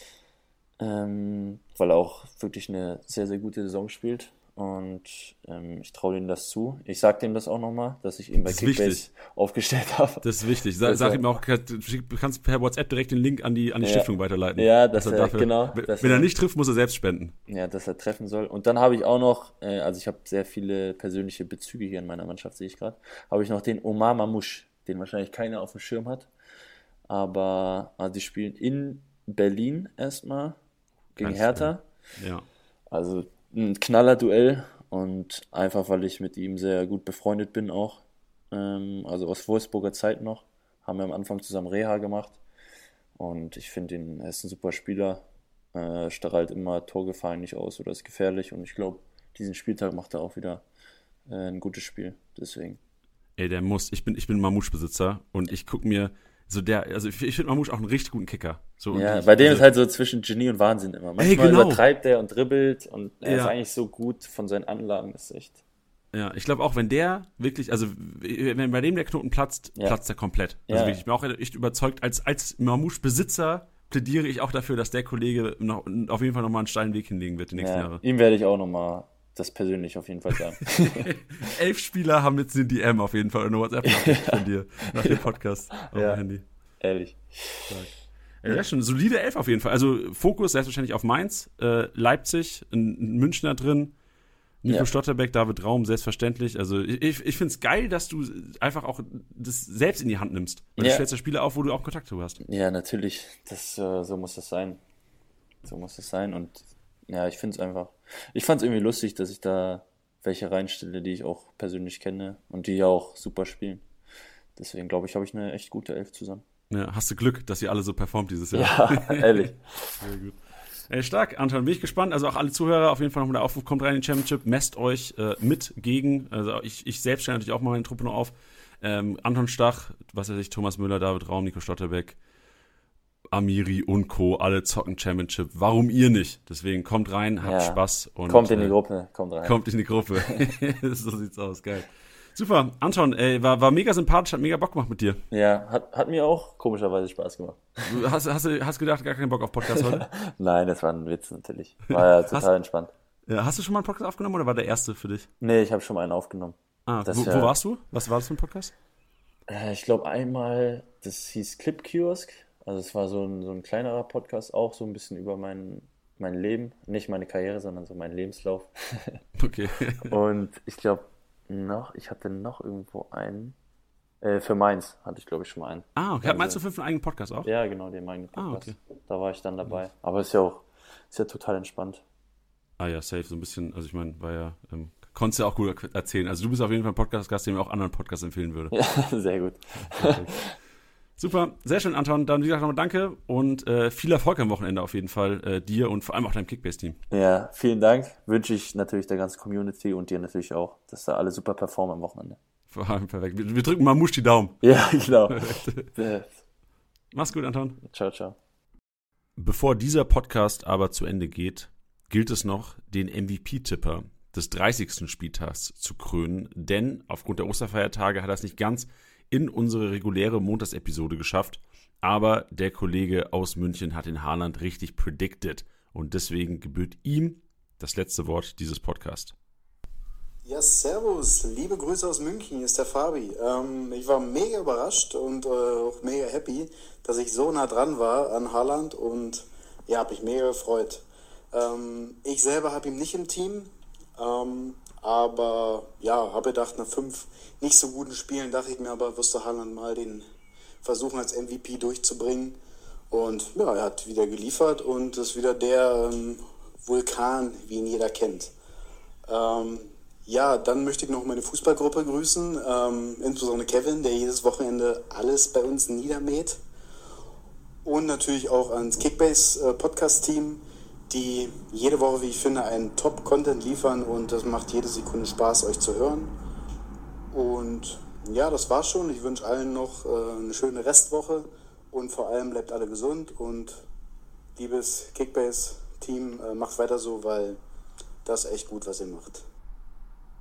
weil er auch wirklich eine sehr, sehr gute Saison spielt und ich traue ihm das zu. Ich sage dem das auch nochmal, dass ich ihn bei Das ist Kickbase wichtig. aufgestellt habe. Das ist wichtig. Sag ihm auch, du kannst per WhatsApp direkt den Link an die Stiftung weiterleiten. Ja, dass er, dafür, genau. Wenn er nicht trifft, muss er selbst spenden. Ja, dass er treffen soll. Und dann habe ich auch noch, also ich habe sehr viele persönliche Bezüge hier in meiner Mannschaft, sehe ich gerade, habe ich noch den Omar Mamouche, den wahrscheinlich keiner auf dem Schirm hat. Aber die spielen in Berlin erstmal gegen Ganz Hertha. Ja. Also ein Knaller-Duell und einfach, weil ich mit ihm sehr gut befreundet bin auch. Also aus Wolfsburger Zeit noch. Haben wir am Anfang zusammen Reha gemacht. Und ich finde ihn, er ist ein super Spieler. Strahlt immer Torgefahr nicht aus oder ist gefährlich. Und ich glaube, diesen Spieltag macht er auch wieder ein gutes Spiel. Deswegen. Ey, der muss. Ich bin Mamouche-Besitzer und ich gucke mir ich finde Mamouche auch einen richtig guten Kicker. So, Ja, bei dem ist halt so zwischen Genie und Wahnsinn immer. Manchmal genau. übertreibt er und dribbelt und er ist eigentlich so gut von seinen Anlagen, das ist echt. Ja, ich glaube auch, wenn der wirklich, also wenn bei dem der Knoten platzt, platzt er komplett. Also wirklich, ich bin auch echt überzeugt, als Mamouche-Besitzer plädiere ich auch dafür, dass der Kollege auf jeden Fall nochmal einen steilen Weg hinlegen wird die nächsten Jahre. Ihm werde ich auch nochmal das persönlich auf jeden Fall sagen. 11 Spieler haben jetzt eine DM auf jeden Fall, eine WhatsApp-Nachricht von dir nach dem Podcast auf dem Handy. Ehrlich. Ja, schon eine solide 11 auf jeden Fall. Also Fokus selbstverständlich auf Mainz, Leipzig, ein Münchner drin, Nico Schlotterbeck, David Raum, selbstverständlich. Also ich finde es geil, dass du einfach auch das selbst in die Hand nimmst. Weil du stellst ja Spiele auf, wo du auch Kontakt zu hast. Ja, natürlich. So muss das sein. So muss das sein. Und ja, ich finde es einfach. Ich fand es irgendwie lustig, dass ich da welche reinstelle, die ich auch persönlich kenne und die ja auch super spielen. Deswegen glaube ich, habe ich eine echt gute 11 zusammen. Ja, hast du Glück, dass ihr alle so performt dieses Jahr. Ja, ehrlich. Sehr gut. Stark, Anton, bin ich gespannt. Also auch alle Zuhörer, auf jeden Fall nochmal der Aufruf, kommt rein in die Championship, messt euch mit gegen. Also ich selbst stelle natürlich auch mal meine Truppe noch auf. Anton Stach, was weiß ich, Thomas Müller, David Raum, Nico Schlotterbeck, Amiri und Co. alle zocken Championship. Warum ihr nicht? Deswegen kommt rein, habt Spaß. Und, kommt in die Gruppe, kommt rein. Kommt in die Gruppe. So sieht's aus, geil. Super, Anton, war mega sympathisch, hat mega Bock gemacht mit dir. Ja, hat mir auch komischerweise Spaß gemacht. Du hast gedacht, gar keinen Bock auf Podcast heute? Nein, das war ein Witz natürlich. War ja total entspannt. Ja, hast du schon mal einen Podcast aufgenommen oder war der erste für dich? Nee, ich habe schon mal einen aufgenommen. Wo warst du? Was war das für ein Podcast? Ich glaube einmal, das hieß Clip Kiosk. Also es war so ein kleinerer Podcast, auch so ein bisschen über mein Leben. Nicht meine Karriere, sondern so mein Lebenslauf. Okay. Und ich glaube ich hatte noch irgendwo einen. Für Mainz hatte ich, glaube ich, schon mal einen. Okay. Hat Mainz 05 einen eigenen Podcast auch? Ja, genau, den eigenen Podcast. Okay. Da war ich dann dabei. Aber ist ja total entspannt. Ja, safe, so ein bisschen, also ich meine, konntest ja auch gut erzählen. Also du bist auf jeden Fall ein Podcast-Gast, den ich auch anderen Podcasts empfehlen würde. Ja, sehr gut. Super, sehr schön, Anton. Dann wie gesagt nochmal danke und viel Erfolg am Wochenende auf jeden Fall dir und vor allem auch deinem Kickbase-Team. Ja, vielen Dank. Wünsche ich natürlich der ganzen Community und dir natürlich auch, dass da alle super performen am Wochenende. Perfekt. Wir drücken Mamouche die Daumen. Ja, genau. Mach's gut, Anton. Ciao, ciao. Bevor dieser Podcast aber zu Ende geht, gilt es noch, den MVP-Tipper des 30. Spieltags zu krönen, denn aufgrund der Osterfeiertage hat er es nicht ganz in unsere reguläre Montagsepisode geschafft, aber der Kollege aus München hat den Haaland richtig predicted und deswegen gebührt ihm das letzte Wort dieses Podcasts. Ja, servus, liebe Grüße aus München, hier ist der Fabi. Ich war mega überrascht und auch mega happy, dass ich so nah dran war an Haaland und ja, habe mich mega gefreut. Ich selber habe ihn nicht im Team, aber ja, habe gedacht, nach 5 nicht so guten Spielen dachte ich mir aber, wirst du Haaland mal den versuchen als MVP durchzubringen. Und ja, er hat wieder geliefert und ist wieder der Vulkan, wie ihn jeder kennt. Ja, dann möchte ich noch meine Fußballgruppe grüßen, insbesondere Kevin, der jedes Wochenende alles bei uns niedermäht. Und natürlich auch ans Kickbase-Podcast-Team, die jede Woche, wie ich finde, einen Top-Content liefern und das macht jede Sekunde Spaß, euch zu hören. Und ja, das war's schon. Ich wünsche allen noch eine schöne Restwoche und vor allem bleibt alle gesund und liebes Kickbase-Team, macht weiter so, weil das ist echt gut, was ihr macht.